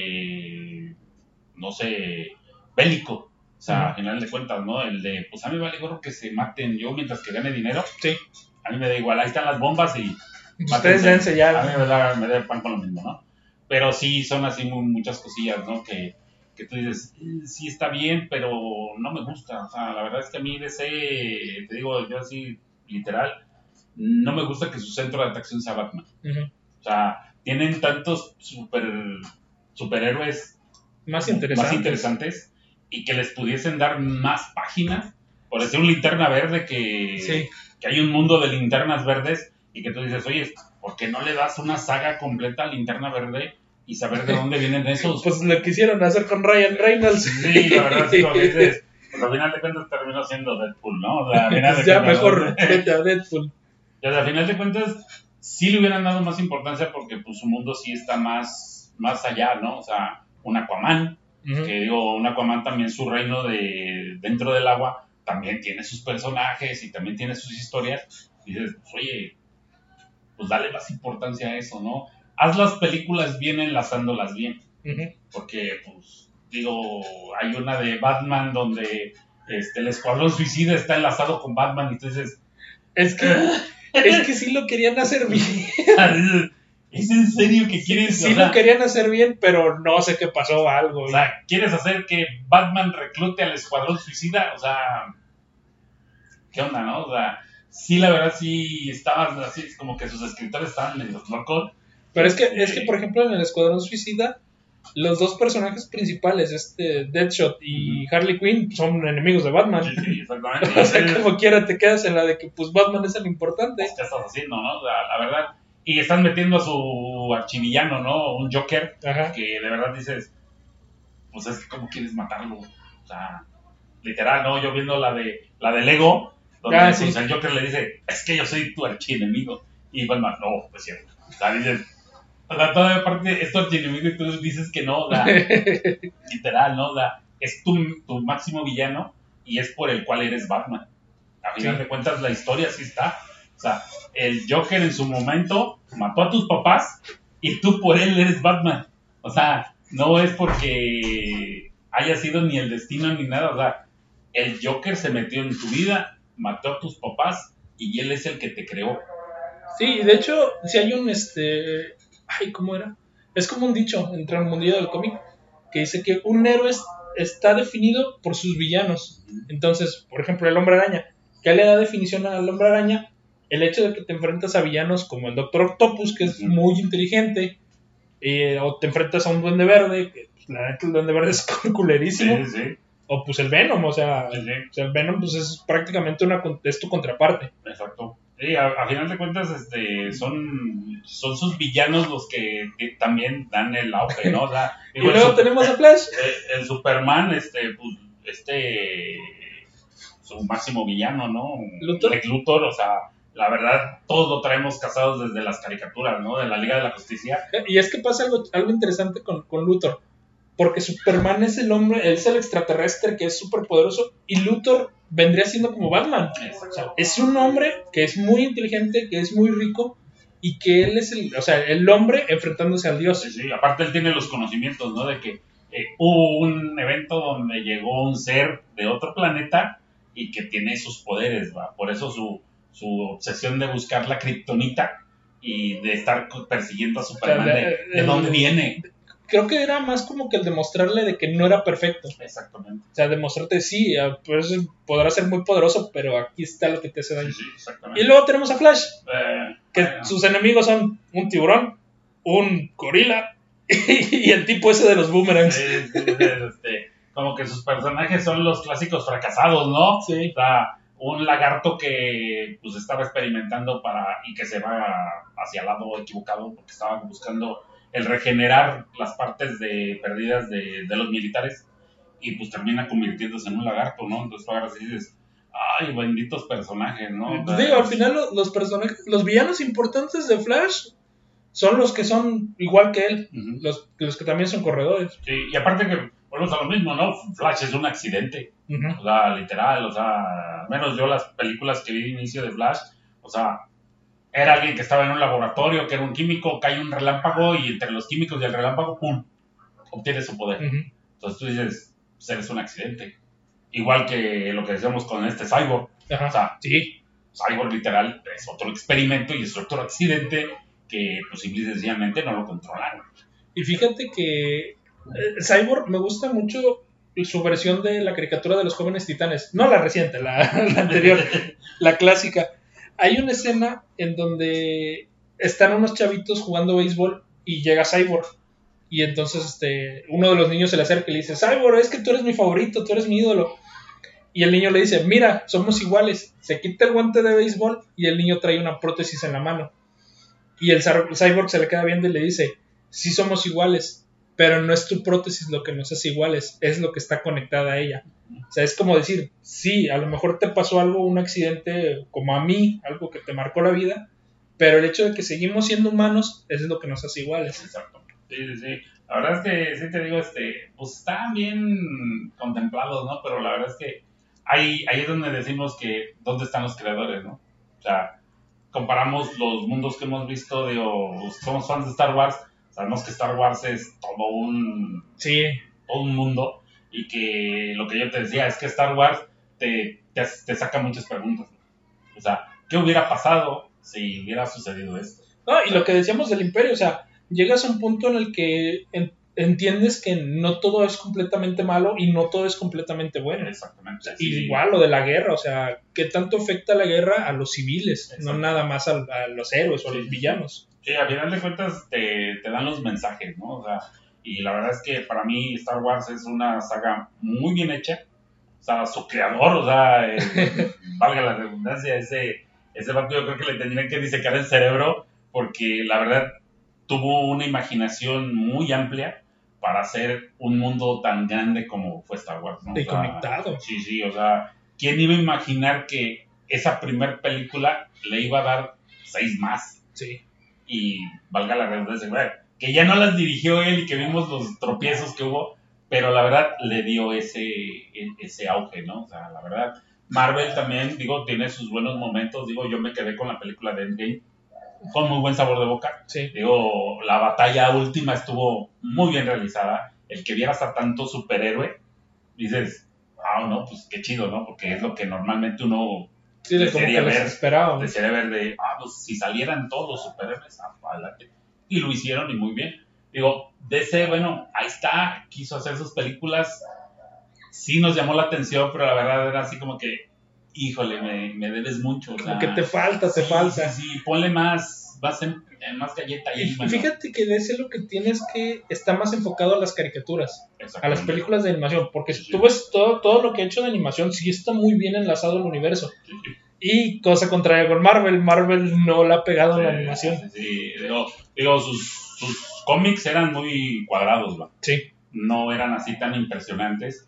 no sé, bélico. O sea, al final de cuentas, ¿no? El de, pues a mí me vale gorro que se maten yo mientras que gane dinero. Sí. A mí me da igual, ahí están las bombas y... Ustedes dense ya. A mí me da pan con lo mismo, ¿no? Pero sí son así muchas cosillas, ¿no? Que tú dices, sí está bien, pero no me gusta. O sea, la verdad es que a mí te digo, yo así, literal, no me gusta que su centro de atracción sea Batman. Uh-huh. O sea, tienen tantos superhéroes más interesantes y que les pudiesen dar más páginas. Por decir un Linterna Verde que hay un mundo de linternas verdes y que tú dices, oye, ¿por qué no le das una saga completa a Linterna Verde y saber de dónde vienen esos? Pues lo quisieron hacer con Ryan Reynolds. Sí, la verdad, sí, como dices, Pues al final de cuentas terminó siendo Deadpool, ¿no? O sea, al final de Ya cuentas, mejor vete a Deadpool. Y al final de cuentas, sí le hubieran dado más importancia porque pues su mundo sí está más allá, ¿no? O sea, un Aquaman, que digo, un Aquaman también su reino de dentro del agua, también tiene sus personajes y también tiene sus historias. Y dices, pues, oye, pues dale más importancia a eso, ¿no? Haz las películas bien enlazándolas bien. Porque, pues, digo, hay una de Batman donde el Escuadrón Suicida está enlazado con Batman y tú dices... Es que sí lo querían hacer bien. ¿Es en serio que quieres? Sí, lo querían hacer bien, pero no sé qué pasó, algo. O sea, ¿quieres hacer que Batman reclute al Escuadrón Suicida? O sea, ¿qué onda, no? O sea, sí, la verdad, sí estaban así, como que sus escritores estaban medio locos. Pero es que, por ejemplo, en el Escuadrón Suicida, los dos personajes principales, Deadshot y Harley Quinn, son enemigos de Batman. Sí, exactamente. O sea, como quiera te quedas en la de que, pues, Batman es el importante. ¿Qué estás haciendo, no? O sea, la verdad. Y están metiendo a su archivillano, ¿no? Un Joker, que de verdad dices, pues es que ¿cómo quieres matarlo? O sea, literal, ¿no? Yo viendo la de Lego, donde pues, el Joker le dice, es que yo soy tu archienemigo. Y Batman, no, es cierto. O sea, dices, o sea, toda parte es tu archienemigo y tú dices que no, o sea, literal, ¿no? O sea, es tu máximo villano y es por el cual eres Batman. A final de cuentas, la historia sí está. O sea, el Joker en su momento mató a tus papás y tú por él eres Batman. O sea, no es porque haya sido ni el destino ni nada. O sea, el Joker se metió en tu vida, mató a tus papás y él es el que te creó. Sí, de hecho, si hay un, ay, ¿cómo era? Es como un dicho entre el mundillo del cómic que dice que un héroe está definido por sus villanos. Entonces, por ejemplo, el Hombre Araña, ¿qué le da definición al Hombre Araña? El hecho de que te enfrentas a villanos como el Doctor Octopus, que es muy inteligente, o te enfrentas a un Duende Verde, que pues, la neta el Duende Verde es culerísimo, o pues el Venom, o sea, el Venom pues es prácticamente es tu contraparte. Exacto. Sí, a final de cuentas son sus villanos los que también dan el auge, ¿no? O sea, y luego tenemos a Flash. El Superman, su máximo villano, ¿no? Lex Luthor, o sea, la verdad, todos lo traemos casados desde las caricaturas, ¿no? De la Liga de la Justicia. Y es que pasa algo interesante con Luthor, porque Superman es el hombre, es el extraterrestre que es súper poderoso, y Luthor vendría siendo como Batman. O sea, es un hombre que es muy inteligente, que es muy rico, y que él es el hombre enfrentándose al dios. Sí, aparte él tiene los conocimientos, ¿no? De que hubo un evento donde llegó un ser de otro planeta y que tiene sus poderes, ¿va? Por eso su obsesión de buscar la kriptonita y de estar persiguiendo a Superman, de dónde viene. Creo que era más como que el demostrarle de que no era perfecto. Exactamente. O sea, demostrarte, sí, pues podrá ser muy poderoso, pero aquí está lo que te hace daño. Sí, exactamente. Y luego tenemos a Flash, que sus enemigos son un tiburón, un gorila y el tipo ese de los boomerangs. Como que sus personajes son los clásicos fracasados, ¿no? Sí. O sea, un lagarto que pues estaba experimentando y que se va hacia el lado equivocado porque estaba buscando el regenerar las partes perdidas de los militares y pues termina convirtiéndose en un lagarto, ¿no? Entonces tú agarras y dices, ay, benditos personajes, ¿no? Pues digo, al final los personajes, los villanos importantes de Flash son los que son igual que él, los que también son corredores. Sí, y aparte que volvemos a lo mismo, ¿no? Flash es un accidente, o sea, literal, o sea, al menos yo las películas que vi de inicio de Flash, o sea, era alguien que estaba en un laboratorio, que era un químico, cae un relámpago y entre los químicos y el relámpago, ¡pum!, obtiene su poder. Entonces tú dices, pues eres un accidente. Igual que lo que decíamos con Cyborg. Ajá. O sea, sí. Cyborg literal es otro experimento y es otro accidente que pues simple y sencillamente no lo controlaron. Y fíjate que Cyborg me gusta mucho su versión de la caricatura de los Jóvenes Titanes. No la reciente, la anterior, la clásica. Hay una escena en donde están unos chavitos jugando béisbol y llega Cyborg. Y entonces uno de los niños se le acerca y le dice, Cyborg, es que tú eres mi favorito, tú eres mi ídolo. Y el niño le dice, mira, somos iguales. Se quita el guante de béisbol y el niño trae una prótesis en la mano. Y el Cyborg se le queda viendo y le dice, sí somos iguales, pero no es tu prótesis lo que nos hace iguales, es lo que está conectada a ella. O sea, es como decir, sí, a lo mejor te pasó algo, un accidente como a mí, algo que te marcó la vida, pero el hecho de que seguimos siendo humanos es lo que nos hace iguales. Exacto. Sí. La verdad es que, sí te digo, pues están bien contemplados, ¿no? Pero la verdad es que ahí es donde decimos que dónde están los creadores, ¿no? O sea, comparamos los mundos que hemos visto, digo, somos fans de Star Wars, sabemos que Star Wars es todo un mundo, y que lo que yo te decía es que Star Wars te saca muchas preguntas, ¿no? O sea, ¿qué hubiera pasado si hubiera sucedido esto? No, y lo que decíamos del Imperio, o sea, llegas a un punto en el que entiendes que no todo es completamente malo y no todo es completamente bueno. Exactamente. Y igual lo de la guerra, o sea, ¿qué tanto afecta la guerra a los civiles? No nada más a los héroes o a los villanos. Sí, a final de cuentas te dan los mensajes, ¿no? O sea, y la verdad es que para mí Star Wars es una saga muy bien hecha. O sea, su creador, o sea, valga la redundancia, ese vato yo creo que le tendrían que disecar el cerebro, porque la verdad tuvo una imaginación muy amplia para hacer un mundo tan grande como fue Star Wars, ¿no? Y conectado. Sí, o sea, ¿quién iba a imaginar que esa primer película le iba a dar 6 más? Sí. Y valga la redundancia, que ya no las dirigió él y que vimos los tropiezos que hubo, pero la verdad le dio ese auge, ¿no? O sea, la verdad, Marvel también, digo, tiene sus buenos momentos, digo, yo me quedé con la película de Endgame con muy buen sabor de boca. Sí. Digo, la batalla última estuvo muy bien realizada, el que vieras a tanto superhéroe, dices, no, pues qué chido, ¿no? Porque es lo que normalmente uno desearía ver de, pues si salieran todos los superhéroes, adelante. Y lo hicieron y muy bien. Digo, DC, bueno, ahí está, quiso hacer sus películas, sí nos llamó la atención, pero la verdad era así como que, híjole, me debes mucho. O sea, como que te falta. Sí, ponle más galleta ahí. Y fíjate que DC lo que tiene es que está más enfocado a las caricaturas, a las películas de animación, porque si tú ves todo lo que ha hecho de animación, sí está muy bien enlazado al universo. Sí. Y cosa contraria con Marvel no la ha pegado en la animación. Sí. Digo sus cómics eran muy cuadrados, ¿va? Sí. No eran así tan impresionantes,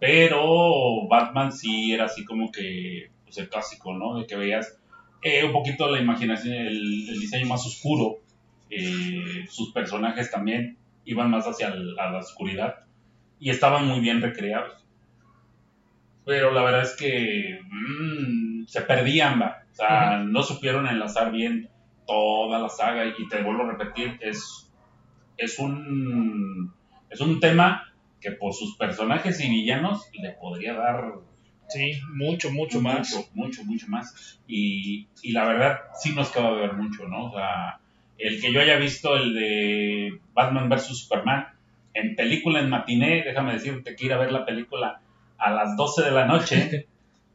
pero Batman sí era así como que pues, el clásico, ¿no? De que veías un poquito la imaginación, el diseño más oscuro, sus personajes también iban más hacia la oscuridad y estaban muy bien recreados. Pero la verdad es que se perdían, ¿va? O sea, no supieron enlazar bien toda la saga, y te vuelvo a repetir, es un tema que por sus personajes y villanos le podría dar mucho más. Mucho más. Y la verdad sí nos queda de ver mucho, ¿no? O sea, el que yo haya visto el de Batman vs Superman en película en matiné, déjame decirte que ir a ver la película a las 12 de la noche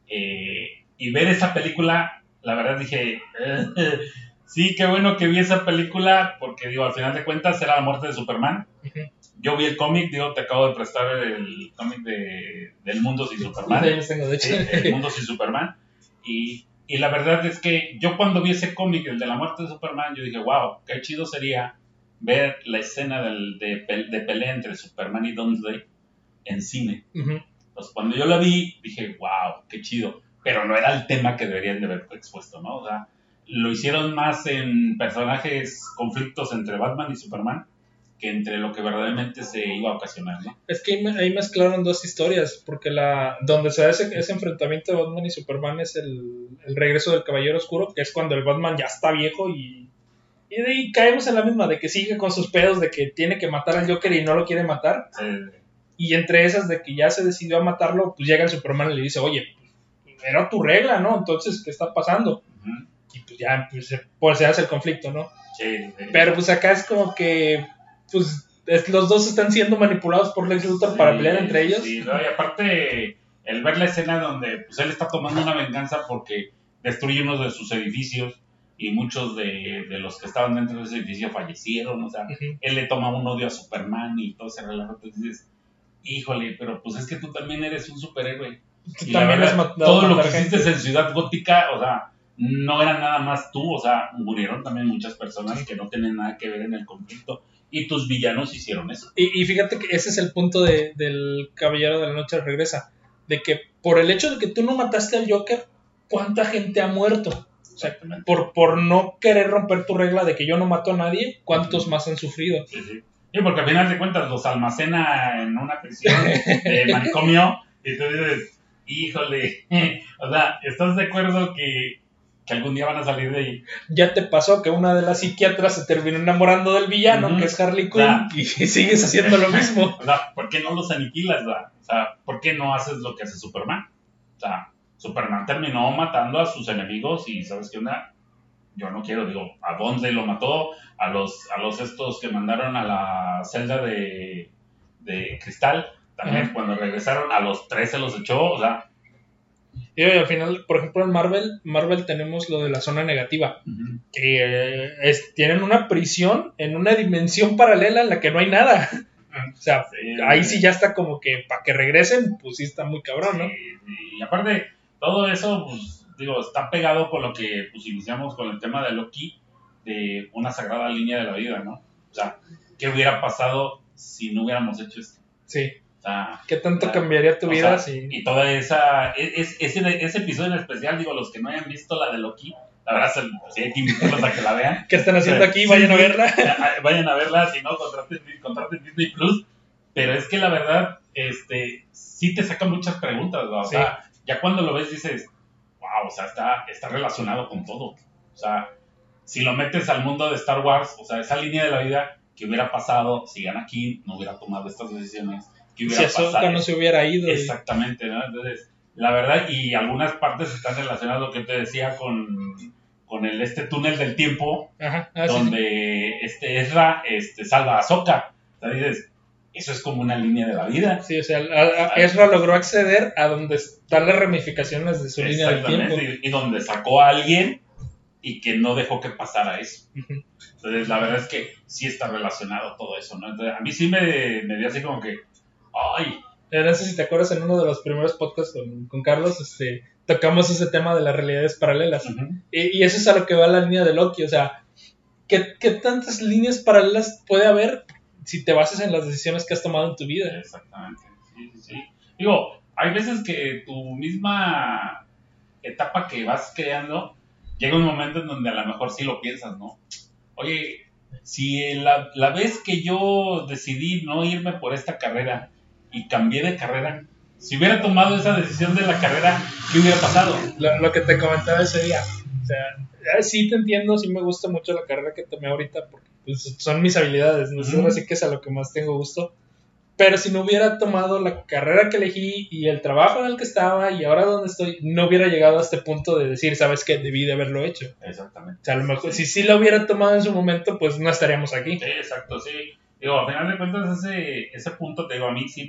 y ver esa película, la verdad dije, sí, qué bueno que vi esa película, porque digo, al final de cuentas era la muerte de Superman. Yo vi el cómic, digo, te acabo de prestar el cómic del Mundo Sin Superman. El Mundo Sin Superman. Y la verdad es que yo cuando vi ese cómic, el de la muerte de Superman, yo dije, wow, qué chido sería ver la escena de pelea entre Superman y Doomsday en cine. Entonces, cuando yo la vi, dije, wow, qué chido. Pero no era el tema que deberían de haber expuesto, ¿no? O sea, lo hicieron más en personajes, conflictos entre Batman y Superman, que entre lo que verdaderamente se iba a ocasionar, ¿no? Es que ahí mezclaron dos historias, porque donde se da ese enfrentamiento de Batman y Superman es el regreso del Caballero Oscuro, que es cuando el Batman ya está viejo y de ahí caemos en la misma, de que sigue con sus pedos, de que tiene que matar al Joker y no lo quiere matar. Sí. Y entre esas de que ya se decidió a matarlo, pues llega el Superman y le dice, oye, pues, era tu regla, ¿no? Entonces, ¿qué está pasando? Y pues ya pues se hace el conflicto, ¿no? Sí. Pero pues acá es como que pues los dos están siendo manipulados por Lex Luthor para pelear entre ellos. Sí, ¿no? Y aparte el ver la escena donde pues él está tomando una venganza porque destruye uno de sus edificios y muchos de los que estaban dentro de ese edificio fallecieron, o sea, él le toma un odio a Superman y todo ese relajo, entonces dices, híjole, pero pues es que tú también eres un superhéroe. Y la verdad, todo lo que hiciste en Ciudad Gótica, o sea, no era nada más tú, o sea, murieron también muchas personas que no tienen nada que ver en el conflicto. Y tus villanos hicieron eso. Y fíjate que ese es el punto del Caballero de la Noche Regresa. De que por el hecho de que tú no mataste al Joker, ¿cuánta gente ha muerto? O sea, por no querer romper tu regla de que yo no mato a nadie, ¿cuántos más han sufrido? Sí. Sí, porque al final de cuentas los almacena en una prisión de manicomio y tú dices, híjole, o sea, ¿estás de acuerdo que algún día van a salir de ahí? Ya te pasó que una de las psiquiatras se terminó enamorando del villano, que es Harley Quinn, y sigues haciendo lo mismo. O sea, ¿por qué no los aniquilas? O sea, ¿por qué no haces lo que hace Superman? O sea, Superman terminó matando a sus enemigos y ¿sabes qué onda? Yo no quiero, digo, a Bondley lo mató, a los estos que mandaron a la celda de cristal, también cuando regresaron, a los 3 se los echó, o sea. Y al final, por ejemplo, en Marvel tenemos lo de la zona negativa, que tienen una prisión en una dimensión paralela en la que no hay nada. O sea, ahí sí ya está como que para que regresen, pues sí está muy cabrón, ¿no? Y aparte, todo eso, pues, digo, está pegado con lo que pues iniciamos con el tema de Loki, de una sagrada línea de la vida, ¿no? O sea, ¿qué hubiera pasado si no hubiéramos hecho esto? Sí. O sea, ¿qué tanto cambiaría tu vida si...? Y toda ese episodio en especial, digo, los que no hayan visto la de Loki, la verdad, sí hay que invitarlos a que la vean. ¿Qué están haciendo aquí? Vayan a verla. Vayan a verla, si no, contraten Disney Plus. Pero es que la verdad, sí te saca muchas preguntas, ¿no? O sea, ya cuando lo ves dices, wow, o sea, está relacionado con todo. O sea, si lo metes al mundo de Star Wars, o sea, esa línea de la vida, ¿qué hubiera pasado si Anakin no hubiera tomado estas decisiones? ¿Qué hubiera pasado? Si Ahsoka no se hubiera ido. Exactamente, ¿no? Entonces, la verdad, y algunas partes están relacionadas, lo que te decía, con el túnel del tiempo, donde Ezra salva a Ahsoka. O sea, dices, eso es como una línea de la vida. Sí, o sea, Ezra logró acceder a donde están las ramificaciones de su línea del tiempo. Y donde sacó a alguien y que no dejó que pasara eso. Entonces, la verdad es que sí está relacionado todo eso, ¿no? Entonces, a mí sí me dio así como que, ¡ay! No sé si te acuerdas, en uno de los primeros podcasts con Carlos, tocamos ese tema de las realidades paralelas. Y eso es a lo que va la línea de Loki. O sea, ¿qué tantas líneas paralelas puede haber si te basas en las decisiones que has tomado en tu vida? Exactamente, sí. Digo, hay veces que tu misma etapa que vas creando, llega un momento en donde a lo mejor sí lo piensas, ¿no? Oye, si la vez que yo decidí no irme por esta carrera y cambié de carrera, si hubiera tomado esa decisión de la carrera, ¿qué hubiera pasado? Lo que te comentaba ese día. O sea, sí te entiendo, sí me gusta mucho la carrera que tomé ahorita porque pues, son mis habilidades, ¿no? Así que es a lo que más tengo gusto. Pero si no hubiera tomado la carrera que elegí y el trabajo en el que estaba y ahora donde estoy, no hubiera llegado a este punto de decir, ¿sabes qué? Debí de haberlo hecho. Exactamente. O sea, a lo mejor, si sí lo hubiera tomado en su momento, pues no estaríamos aquí. Sí, exacto, sí. Digo, al final de cuentas, ese punto, te digo, a mí sí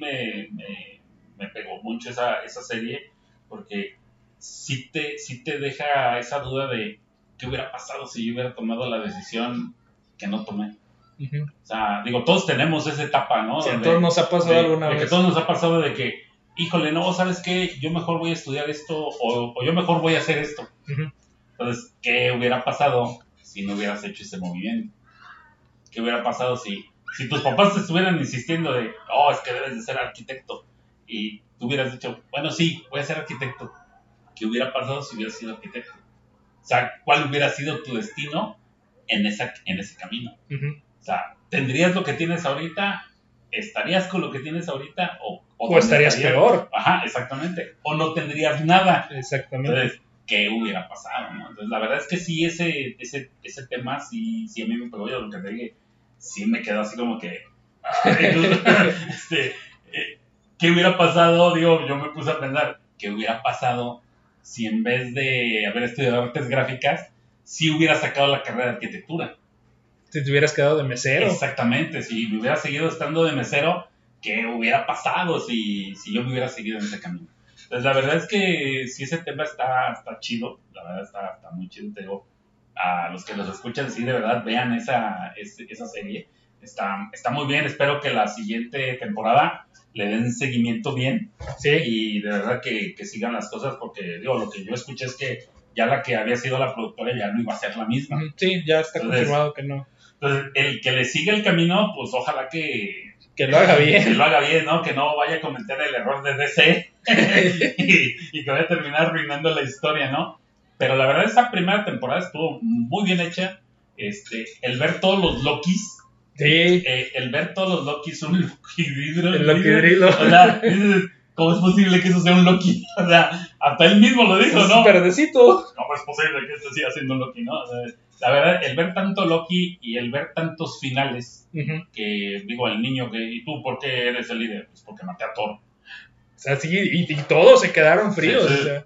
me pegó mucho esa serie, porque sí te deja esa duda de qué hubiera pasado si yo hubiera tomado la decisión que no tomé. O sea, digo, todos tenemos esa etapa, ¿no? Sí, a todos nos ha pasado alguna vez. Que todos nos ha pasado de que, híjole, no, ¿sabes qué? Yo mejor voy a estudiar esto o yo mejor voy a hacer esto. Entonces, ¿qué hubiera pasado si no hubieras hecho ese movimiento? ¿Qué hubiera pasado si tus papás te estuvieran insistiendo de, es que debes de ser arquitecto? Y tú hubieras dicho, bueno, sí, voy a ser arquitecto. ¿Qué hubiera pasado si hubieras sido arquitecto? O sea, ¿cuál hubiera sido tu destino en ese camino? O sea, ¿tendrías lo que tienes ahorita? ¿Estarías con lo que tienes ahorita? ¿O estarías peor? Ajá, exactamente. ¿O no tendrías nada? Exactamente. Entonces, ¿qué hubiera pasado? ¿No? Entonces, la verdad es que sí, ese tema, sí a mí me pegó. Yo lo que te dije, sí me quedó así como que... ¿qué hubiera pasado? Digo, yo me puse a pensar, ¿qué hubiera pasado si en vez de haber estudiado artes gráficas, sí hubiera sacado la carrera de arquitectura? Si te hubieras quedado de mesero. Exactamente, si me hubiera seguido estando de mesero, ¿qué hubiera pasado si yo me hubiera seguido en ese camino? Entonces, la verdad es que sí, ese tema está chido, la verdad está muy chido, te digo, a los que los escuchan, sí, de verdad, vean esa serie, está muy bien, espero que la siguiente temporada le den seguimiento bien, sí, y de verdad que sigan las cosas, porque, digo, lo que yo escuché es que ya la que había sido la productora ya no iba a ser la misma. Sí, ya está confirmado que no. Entonces, el que le sigue el camino, pues ojalá que lo haga bien. Que lo haga bien, ¿no? Que no vaya a cometer el error de DC y que vaya a terminar arruinando la historia, ¿no? Pero la verdad, esta primera temporada estuvo muy bien hecha. El ver todos los Lokis. Sí. El ver todos los Lokis, un Loki Drilo. El Loki Drilo. O sea, ¿cómo es posible que eso sea un Loki? O sea, hasta él mismo lo dijo, ¿no? Verdecito. ¿Cómo es posible que esto siga siendo un Loki, no? O sea, la verdad, el ver tanto Loki y el ver tantos finales, que digo, el niño que, ¿y tú por qué eres el líder? Pues porque maté a Thor. O sea, sí, y todos se quedaron fríos. Sí, sí. O sea.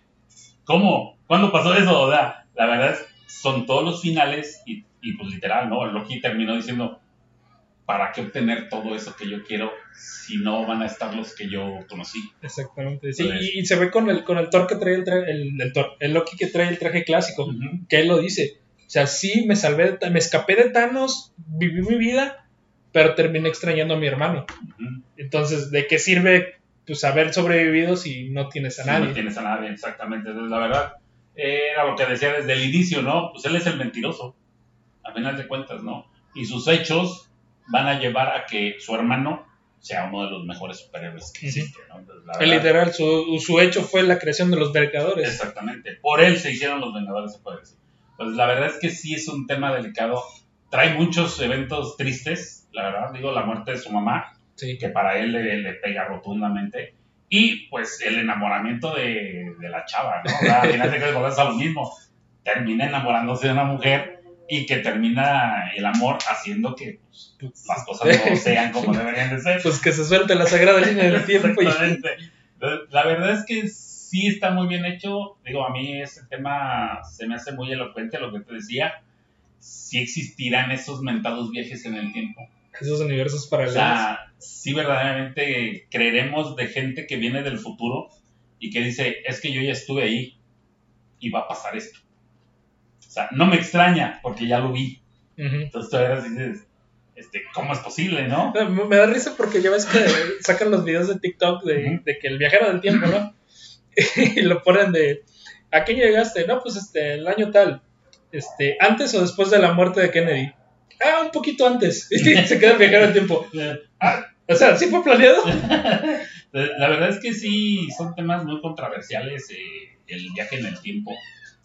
¿Cómo? ¿Cuándo pasó eso? O sea, la verdad, son todos los finales y pues literal, ¿no? Loki terminó diciendo, ¿para qué obtener todo eso que yo quiero si no van a estar los que yo conocí? Exactamente, sí, y se ve con el Thor que trae el Loki que trae el traje clásico, que él lo dice. O sea, sí, me escapé de Thanos, viví mi vida, pero terminé extrañando a mi hermano. Entonces, ¿de qué sirve pues haber sobrevivido si no tienes a nadie? No tienes a nadie, exactamente. Entonces, la verdad, era lo que decía desde el inicio, ¿no? Pues él es el mentiroso, a final de cuentas, ¿no? Y sus hechos van a llevar a que su hermano sea uno de los mejores superhéroes que existe, ¿no? Entonces, la verdad, literal, su hecho fue la creación de los Vengadores. Exactamente, por él se hicieron los Vengadores, se puede decir. Pues la verdad es que sí es un tema delicado, trae muchos eventos tristes, la verdad, digo, la muerte de su mamá, sí, que para él le pega rotundamente, y pues el enamoramiento de la chava, ¿no? O sea, al final de cuentas volvemos a lo mismo, termina enamorándose de una mujer y que termina el amor haciendo que pues, las cosas no sean como deberían de ser. Pues que se suelte la sagrada línea del tiempo. Exactamente. La verdad es que sí está muy bien hecho. Digo, a mí ese tema se me hace muy elocuente, lo que te decía. Sí existirán esos mentados viajes en el tiempo. Esos universos paralelos. O sea, sí verdaderamente creeremos de gente que viene del futuro y que dice, es que yo ya estuve ahí y va a pasar esto. O sea, no me extraña porque ya lo vi. Entonces tú ahora dices, ¿cómo es posible, no? Me da risa porque ya ves que sacan los videos de TikTok de que el viajero del tiempo, ¿no? Y lo ponen de, ¿a qué llegaste? No, pues el año tal. ¿Antes o después de la muerte de Kennedy? Un poquito antes. Se queda el viajero del tiempo. O sea, ¿sí fue planeado? La verdad es que sí, son temas muy controversiales, el viaje en el tiempo,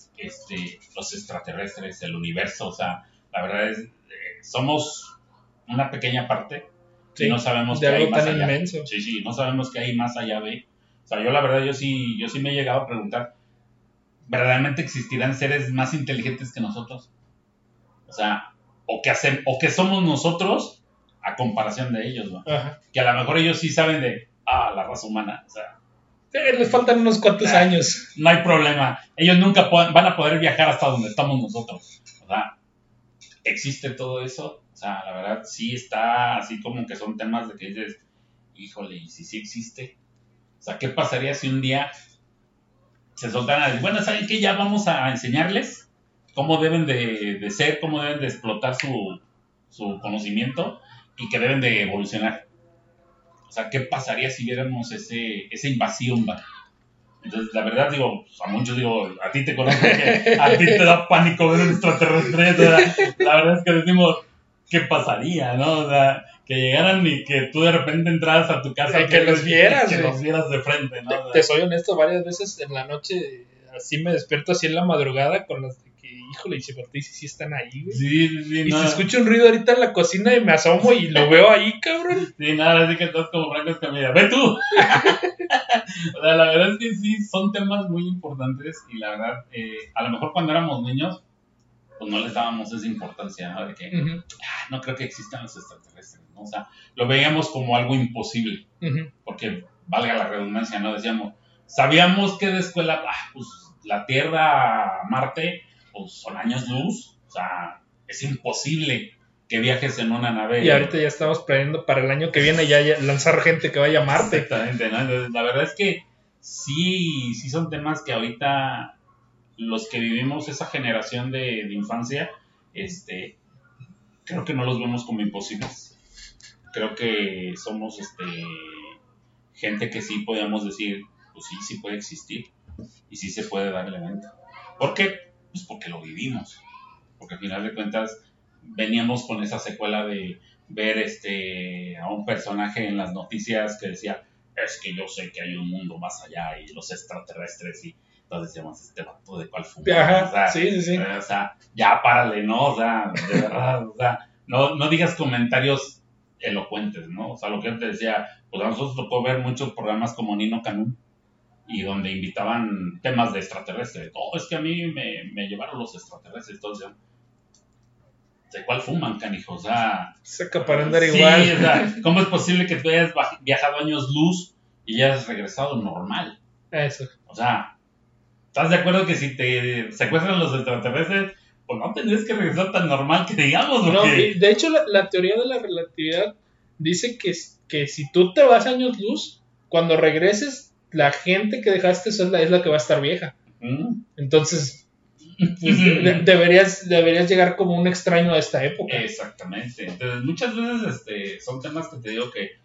los extraterrestres, el universo, o sea, la verdad es, somos una pequeña parte y no sabemos qué hay más allá. Inmenso. Sí, no sabemos qué hay más allá de, o sea, yo la verdad, yo sí me he llegado a preguntar, ¿verdaderamente existirán seres más inteligentes que nosotros? O sea, o que somos nosotros a comparación de ellos, ¿no? Ajá. Que a lo mejor ellos sí saben de, la raza humana, o sea, les faltan unos cuantos años. No hay problema. Ellos nunca van a poder viajar hasta donde estamos nosotros. O sea, ¿existe todo eso? O sea, la verdad sí está así como que son temas de que dices, híjole, ¿y si sí existe? O sea, ¿qué pasaría si un día se soltaran a decir, bueno, ¿saben qué? Ya vamos a enseñarles cómo deben de ser, cómo deben de explotar su conocimiento y que deben de evolucionar. O sea, ¿qué pasaría si viéramos esa invasión, va? Entonces, la verdad, digo, a muchos digo, a ti te conozco que a ti te da pánico ver un extraterrestre. O sea, la verdad es que decimos, ¿qué pasaría, no? O sea, que llegaran y que tú de repente entraras a tu casa. Que los vieras. Que los vieras de frente, ¿no? O sea, te soy honesto, varias veces en la noche, así me despierto así en la madrugada con las de que, híjole, y si sí están ahí, güey. Sí, y no. Si escucho un ruido ahorita en la cocina y me asomo y lo veo ahí, cabrón. Sí, nada, así que estás como Franco Escamilla. ¡Ve tú! O sea, la verdad es que sí, son temas muy importantes y la verdad, a lo mejor cuando éramos niños, pues no les dábamos esa importancia, ¿no? De que no creo que existan los extraterrestres, ¿no? O sea, lo veíamos como algo imposible, porque valga la redundancia, ¿no? Decíamos, sabíamos que de escuela, pues la Tierra a Marte, pues son años luz, o sea, es imposible que viajes en una nave. Y ahorita ya estamos planeando para el año que viene ya lanzar gente que vaya a Marte. Exactamente, ¿no? Entonces, la verdad es que sí son temas que ahorita los que vivimos esa generación de infancia, creo que no los vemos como imposibles. Creo que somos gente que sí podemos decir, pues sí puede existir y sí se puede dar el evento. ¿Por qué? Pues porque lo vivimos. Porque al final de cuentas veníamos con esa secuela de ver a un personaje en las noticias que decía, es que yo sé que hay un mundo más allá y los extraterrestres, y entonces decíamos, este vato de cuál fuma. Ajá, O sea, sí. O sea, ya párale, ¿no? O sea, de verdad, o sea, no digas comentarios elocuentes, ¿no? O sea, lo que yo te decía, pues a nosotros tocó ver muchos programas como Nino Canún, y donde invitaban temas de extraterrestres. Oh, es que a mí me llevaron los extraterrestres. Entonces, ¿de cuál fuman, canijo? O sea, saca para andar sí, igual. O sea, ¿cómo es posible que tú hayas viajado años luz y ya has regresado normal? Eso. O sea, ¿estás de acuerdo que si te secuestran los extraterrestres, pues no tendrías que regresar tan normal que digamos? No, Porque... y de hecho la teoría de la relatividad dice que si tú te vas años luz, cuando regreses, la gente que dejaste es la que va a estar vieja. Entonces, pues, deberías llegar como un extraño a esta época. Exactamente. Entonces, muchas veces son temas que te digo que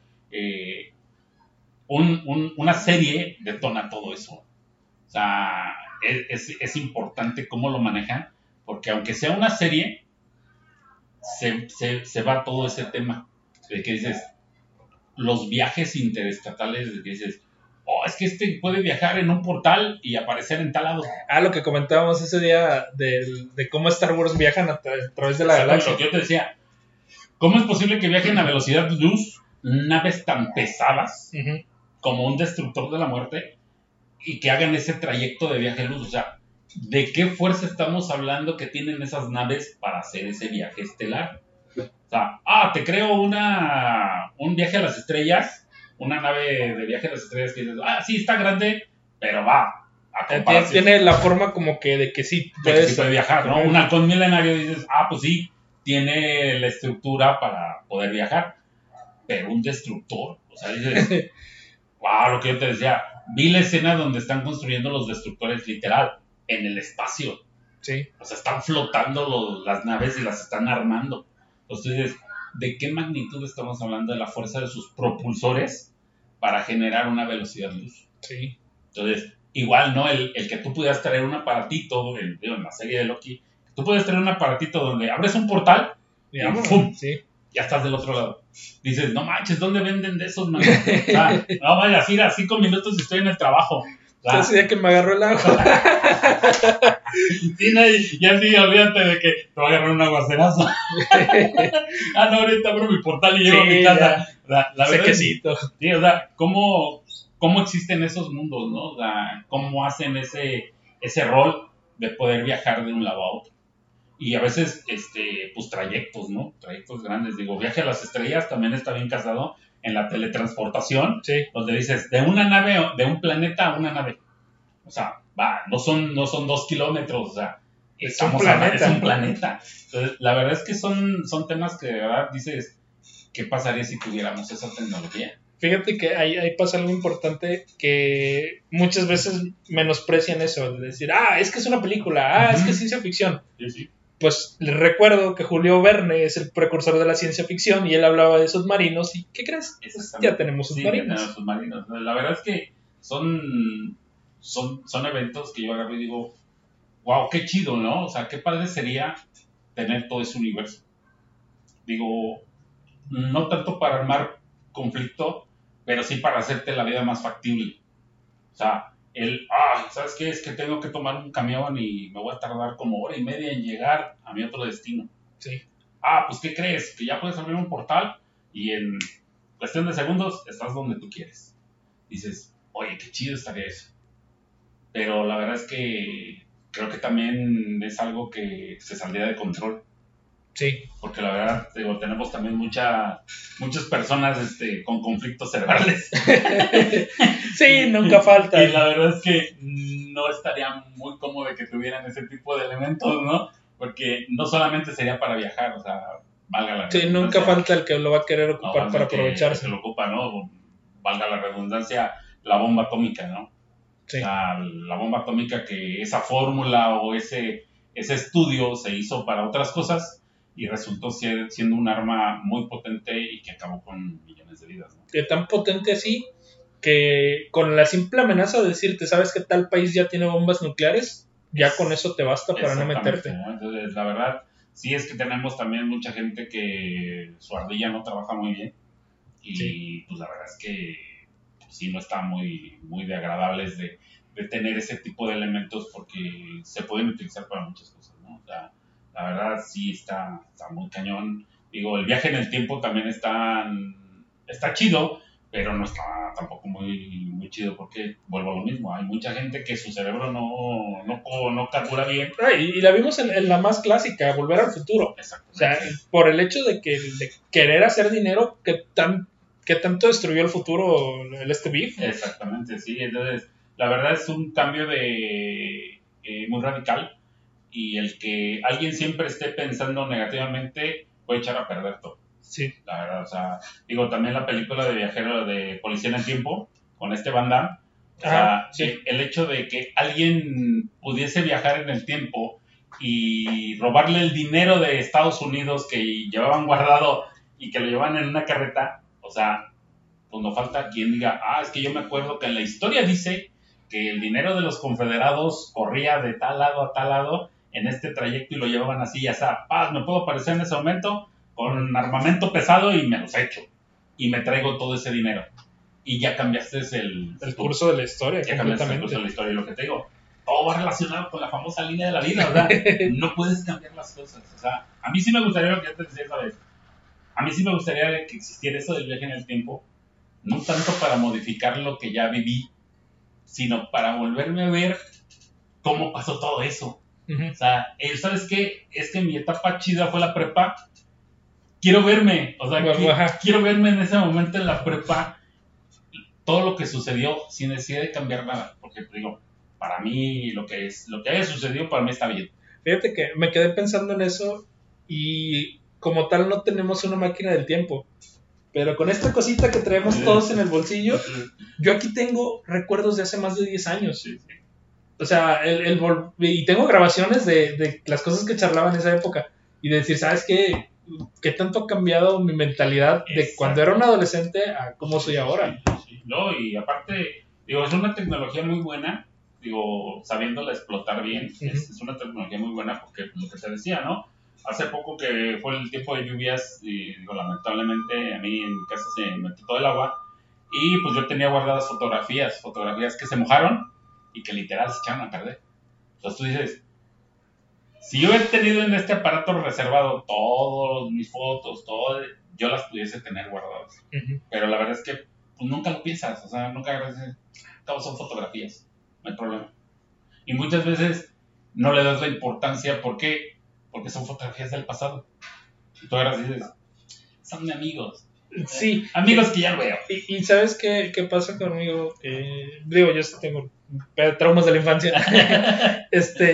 una serie detona todo eso. O sea, es importante cómo lo manejan, porque aunque sea una serie, se va todo ese tema. De que dices, los viajes interestatales, de que dices, oh, es que este puede viajar en un portal y aparecer en tal lado. Lo que comentábamos ese día de cómo Star Wars viajan a través de la galaxia. Lo que yo te decía, ¿cómo es posible que viajen a velocidad luz naves tan pesadas como un destructor de la muerte y que hagan ese trayecto de viaje luz? O sea, ¿de qué fuerza estamos hablando que tienen esas naves para hacer ese viaje estelar? O sea, te creo un viaje a las estrellas, una nave de viaje a las estrellas que dices, sí, está grande, pero va. Tiene la forma como que de que sí puede viajar, ¿no? Un halcón milenario dices, pues sí, tiene la estructura para poder viajar, pero un destructor, o sea, dices, wow, lo que yo te decía, vi la escena donde están construyendo los destructores literal, en el espacio. Sí. O sea, están flotando las naves y las están armando. Entonces, ¿de qué magnitud estamos hablando de la fuerza de sus propulsores para generar una velocidad luz? Sí. Entonces, igual, ¿no? El que tú pudieras traer un aparatito, en la serie de Loki, tú puedes traer un aparatito donde abres un portal y ¡pum! Sí. Ya estás del otro lado. Dices, no manches, ¿dónde venden de esos, man? O sea, no vayas a ir a 5 minutos y estoy en el trabajo. Ese día que me agarró el agua. Sí, ya sí, olvídate de que te va a agarrar un aguacerazo. No, ahorita abro mi portal y llego a mi casa. O sea, la verdad sí, o sea, ¿cómo existen esos mundos, no? O sea, ¿cómo hacen ese rol de poder viajar de un lado a otro? Y a veces, pues trayectos, ¿no? Trayectos grandes. Digo, viaje a las estrellas también está bien casado en la teletransportación. Sí. Donde dices, de una nave, de un planeta a una nave. O sea, no son 2 kilómetros, o sea, es un planeta. Entonces, la verdad es que son temas que de verdad dices, ¿qué pasaría si tuviéramos esa tecnología? Fíjate que ahí pasa algo importante que muchas veces menosprecian eso, de decir, es que es una película, es que es ciencia ficción. Sí. Pues les recuerdo que Julio Verne es el precursor de la ciencia ficción y él hablaba de submarinos, ¿y qué crees? Pues ya tenemos submarinos. Sí, ya tenemos submarinos. La verdad es que son eventos que yo agarro y digo, wow, qué chido, ¿no? O sea, qué padre sería tener todo ese universo. Digo, no tanto para armar conflicto, pero sí para hacerte la vida más factible. O sea, ¿sabes qué? Es que tengo que tomar un camión y me voy a tardar como 1:30 en llegar a mi otro destino. Sí. Pues ¿qué crees? Que ya puedes abrir un portal y en cuestión de segundos estás donde tú quieres. Dices, oye, qué chido estaría eso. Pero la verdad es que creo que también es algo que se saldría de control. Sí. Porque la verdad, digo, tenemos también muchas personas con conflictos cerebrales. Sí, nunca falta. Y la verdad es que no estaría muy cómodo de que tuvieran ese tipo de elementos, ¿no? Porque no solamente sería para viajar, o sea, valga la redundancia. Sí, nunca falta el que lo va a querer ocupar para aprovecharse. Que lo ocupa, ¿no? Valga la redundancia, la bomba atómica, ¿no? Sí. O sea, la bomba atómica, que esa fórmula o ese estudio se hizo para otras cosas y resultó siendo un arma muy potente y que acabó con millones de vidas, ¿no? Que tan potente así que con la simple amenaza de decirte, ¿sabes que tal país ya tiene bombas nucleares? Ya con eso te basta para no meterte. ¿No? Entonces, la verdad, Sí, es que tenemos también mucha gente que su ardilla no trabaja muy bien y pues la verdad es que pues, sí no está muy, muy de agradables de tener ese tipo de elementos porque se pueden utilizar para muchas cosas, ¿no? O sea, la verdad sí está muy cañón. Digo, el viaje en el tiempo también está chido, pero no está tampoco muy, muy chido porque vuelvo a lo mismo. Hay mucha gente que su cerebro no carbura bien. Y la vimos en la más clásica, Volver al Futuro. O sea, por el hecho de querer hacer dinero, que tanto destruyó el futuro el Big. Exactamente, sí. Entonces, la verdad es un cambio muy radical y el que alguien siempre esté pensando negativamente puede echar a perder todo. Sí. La verdad, o sea, digo, también la película de Viajero de Policía en el Tiempo, con Van Damme, o sea, sí. el hecho de que alguien pudiese viajar en el tiempo y robarle el dinero de Estados Unidos que llevaban guardado y que lo llevaban en una carreta, o sea, pues no falta quien diga, es que yo me acuerdo que en la historia dice que el dinero de los confederados corría de tal lado a tal lado en este trayecto y lo llevaban así, ya sea, me puedo aparecer en ese momento con armamento pesado y me los echo y me traigo todo ese dinero y ya cambiaste el curso de la historia. Ya cambiaste el curso de la historia y lo que te digo, todo va relacionado con la famosa línea de la vida, ¿verdad? No puedes cambiar las cosas, o sea, a mí sí me gustaría lo que ya te decía esa vez, a mí sí me gustaría que existiera eso del viaje en el tiempo, no tanto para modificar lo que ya viví, sino para volverme a ver cómo pasó todo eso. Uh-huh. O sea, ¿sabes qué? Es que mi etapa chida fue la prepa. Quiero verme, o sea, quiero verme en ese momento en la prepa, todo lo que sucedió sin necesidad de cambiar nada. Porque te digo, para mí lo que haya sucedido, para mí está bien. Fíjate que me quedé pensando en eso y como tal no tenemos una máquina del tiempo. Pero con esta cosita que traemos todos en el bolsillo, yo aquí tengo recuerdos de hace más de 10 años. Sí. O sea, y tengo grabaciones de las cosas que charlaba en esa época. Y de decir, ¿sabes qué? ¿Qué tanto ha cambiado mi mentalidad de cuando era un adolescente a cómo soy ahora? Sí. No, y aparte, digo, es una tecnología muy buena, digo, sabiéndola explotar bien, uh-huh. es una tecnología muy buena porque lo que te decía, ¿no? Hace poco que fue el tiempo de lluvias y digo, lamentablemente a mí en mi casa se metió todo el agua y pues yo tenía guardadas fotografías que se mojaron y que literal se echaron a perder. Entonces tú dices, si yo he tenido en este aparato reservado todas mis fotos, yo las pudiese tener guardadas. Uh-huh. Pero la verdad es que pues, nunca lo piensas, o sea, nunca agradeces, todos son fotografías, no hay problema. Y muchas veces no le das la importancia, ¿por qué? Porque son fotografías del pasado. Y tú ahora dices, son de amigos. Sí. Amigos que ya veo. ¿Y sabes qué pasa conmigo? Digo, yo tengo traumas de la infancia.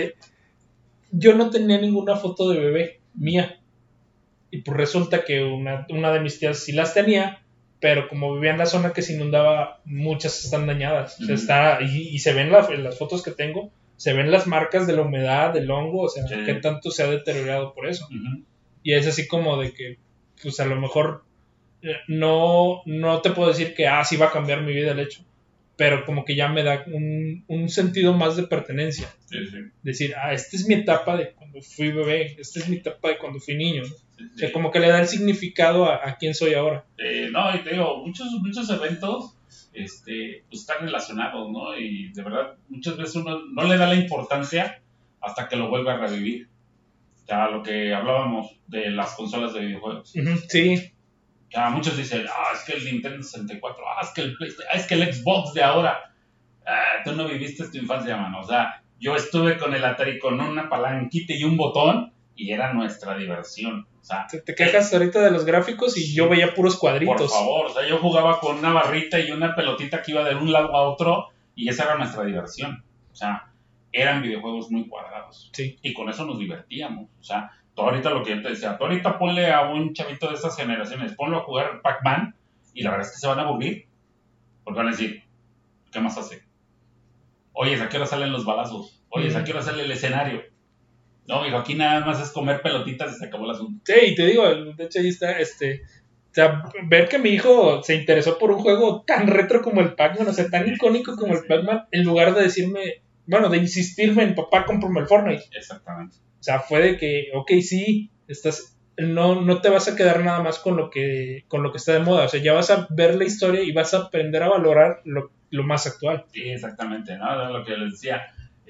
Yo no tenía ninguna foto de bebé mía. Y pues resulta que una de mis tías sí las tenía, pero como vivía en la zona que se inundaba, muchas están dañadas. Uh-huh. O sea, y se ven en las fotos que tengo, se ven las marcas de la humedad, del hongo, o sea, sí. Qué tanto se ha deteriorado por eso. Uh-huh. Y es así como de que, pues a lo mejor no te puedo decir que, sí va a cambiar mi vida el hecho, pero como que ya me da un sentido más de pertenencia. Sí. Decir, esta es mi etapa de cuando fui bebé, esta es mi etapa de cuando fui niño, ¿no? Sí. O sea, como que le da el significado a quién soy ahora. No, y te digo, muchos eventos pues están relacionados, ¿no? Y de verdad, muchas veces uno no le da la importancia hasta que lo vuelve a revivir. Ya lo que hablábamos de las consolas de videojuegos. Uh-huh, sí. Ya muchos dicen, es que el Nintendo 64, es que el PlayStation, es que el Xbox de ahora. Tú no viviste tu infancia, mano. O sea, yo estuve con el Atari con una palanquita y un botón y era nuestra diversión. O sea, te quejas ahorita de los gráficos y sí, yo veía puros cuadritos. Por favor, o sea, yo jugaba con una barrita y una pelotita que iba de un lado a otro y esa era nuestra diversión. O sea, eran videojuegos muy cuadrados. Sí. Y con eso nos divertíamos. O sea, tú ahorita lo que yo te decía, tú ahorita ponle a un chavito de estas generaciones, ponlo a jugar Pac-Man y la verdad es que se van a aburrir. Porque van a decir, ¿qué más hace? Oye, ¿a qué hora salen los balazos? Oye, ¿a qué hora sale el escenario? No, hijo, aquí nada más es comer pelotitas y se acabó el asunto. Sí, y te digo, de hecho ahí está, o sea, ver que mi hijo se interesó por un juego tan retro como el Pac-Man, o sea, tan icónico como el Pac-Man, en lugar de decirme, bueno, de insistirme en papá, cómprame el Fortnite. Exactamente. O sea, fue de que, ok, sí, no te vas a quedar nada más con lo que está de moda. O sea, ya vas a ver la historia y vas a aprender a valorar lo más actual. Sí, exactamente, ¿no? Era lo que les decía.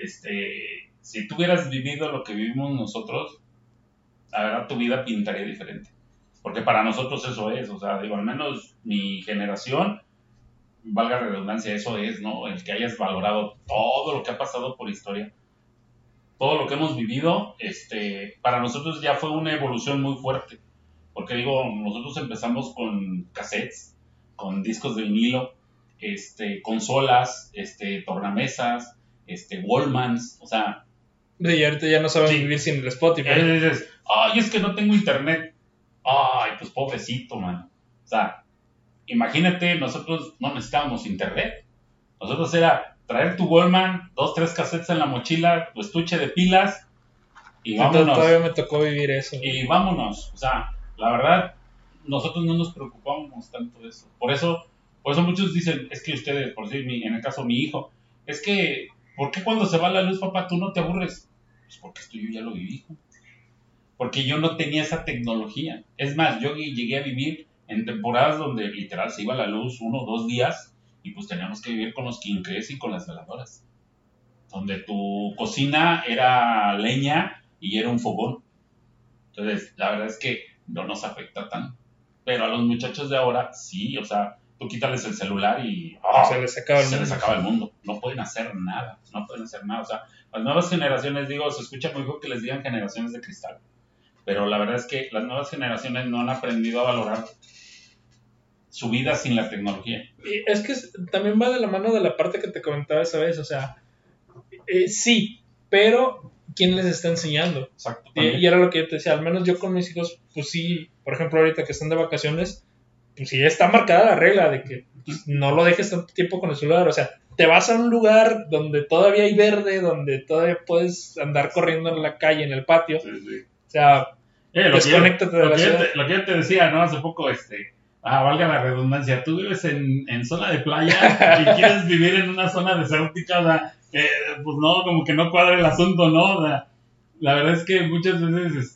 Si tú hubieras vivido lo que vivimos nosotros, la verdad tu vida pintaría diferente. Porque para nosotros eso es, o sea, digo, al menos mi generación, valga la redundancia, eso es, ¿no? El que hayas valorado todo lo que ha pasado por historia, todo lo que hemos vivido, para nosotros ya fue una evolución muy fuerte. Porque digo, nosotros empezamos con cassettes, con discos de vinilo, consolas, tornamesas, Wallmans, o sea... Y ahorita ya no saben sí, vivir sin el Spotify. Dices, ay, es que no tengo internet. Ay, pues pobrecito, man. O sea, imagínate, nosotros no necesitábamos internet. Nosotros era traer tu Wallman, 2, 3 cassettes en la mochila, tu estuche de pilas y vámonos. Todavía me tocó vivir eso. Y vámonos. O sea, la verdad, nosotros no nos preocupábamos tanto de eso. Por eso muchos dicen, es que ustedes, por decir, en el caso mi hijo, es que, ¿por qué cuando se va la luz, papá, tú no te aburres? Pues porque esto yo ya lo viví, hijo. Porque yo no tenía esa tecnología. Es más, yo llegué a vivir en temporadas donde literal se iba la luz 1 o 2 días y pues teníamos que vivir con los quinqués y con las veladoras. Donde tu cocina era leña y era un fogón. Entonces, la verdad es que no nos afecta tanto. Pero a los muchachos de ahora, sí, o sea, tú quítales el celular y se les acaba el mundo. No pueden hacer nada, O sea, las nuevas generaciones, digo, se escucha muy bien que les digan generaciones de cristal. Pero la verdad es que las nuevas generaciones no han aprendido a valorar su vida sin la tecnología. Y es que también va de la mano de la parte que te comentaba esa vez, o sea, sí, pero ¿quién les está enseñando? Exacto. Y era lo que yo te decía, al menos yo con mis hijos, pues sí, por ejemplo, ahorita que están de vacaciones, pues sí está marcada la regla de que pues, no lo dejes tanto tiempo con el celular, o sea, te vas a un lugar donde todavía hay verde, donde todavía puedes andar corriendo en la calle, en el patio, Sí. O sea, desconéctate de la ciudad. Lo que yo te decía, ¿no? Hace poco, valga la redundancia, tú vives en zona de playa y quieres vivir en una zona desértica, o sea, pues no, como que no cuadra el asunto, ¿no? O sea, la verdad es que muchas veces,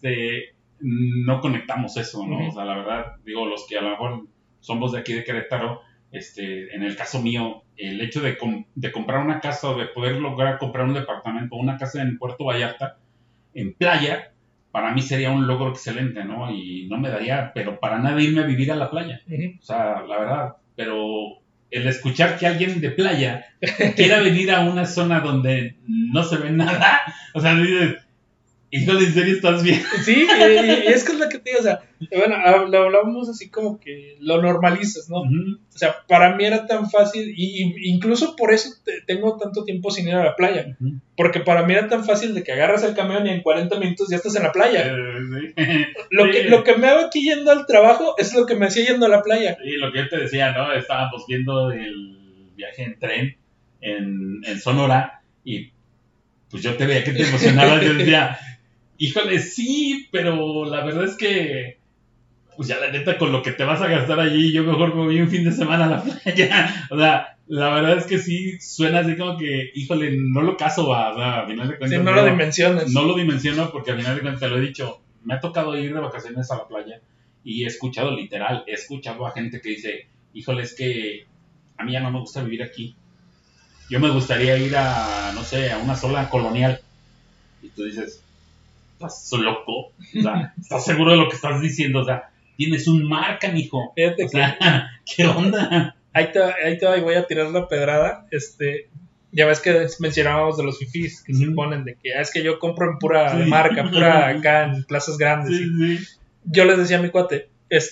no conectamos eso, ¿no? Uh-huh. O sea, la verdad, digo, los que a lo mejor somos de aquí de Querétaro, en el caso mío, el hecho de comprar una casa o de poder lograr comprar un departamento, una casa en Puerto Vallarta, en playa, para mí sería un logro excelente, ¿no? Y no me daría, pero para nada irme a vivir a la playa. Uh-huh. O sea, la verdad, pero el escuchar que alguien de playa quiera venir a una zona donde no se ve nada, o sea, dices, híjole, ¿en serio estás bien? Sí, y es que es lo que te digo, o sea, bueno, lo hablábamos así como que lo normalizas, ¿no? Uh-huh. O sea, para mí era tan fácil, y incluso por eso tengo tanto tiempo sin ir a la playa, Uh-huh. porque para mí era tan fácil de que agarras el camión y en 40 minutos ya estás en la playa. Sí. Lo que me hago aquí yendo al trabajo es lo que me hacía yendo a la playa. Sí, lo que yo te decía, ¿no? Estábamos viendo el viaje en tren en Sonora y pues yo te veía que te emocionabas, yo decía, híjole, sí, pero la verdad es que pues ya la neta con lo que te vas a gastar allí, yo mejor me voy un fin de semana a la playa. O sea, la verdad es que sí suena así como que, híjole, no lo caso, o sea, a final de cuentas. Sí, no lo dimensionas. No lo dimensiono porque a final de cuentas te lo he dicho, me ha tocado ir de vacaciones a la playa y he escuchado a gente que dice, híjole, es que a mí ya no me gusta vivir aquí. Yo me gustaría ir a, no sé, a una zona colonial. Y tú dices, ¿estás loco? O sea, ¿estás seguro de lo que estás diciendo? O sea, tienes un mar, canijo. Fíjate o sea, ¿qué onda? Ahí te va y voy a tirar la pedrada. Ya ves que mencionábamos de los fifís que se ponen de que es que yo compro en pura marca, pura acá en plazas grandes. Sí. Yo les decía a mi cuate,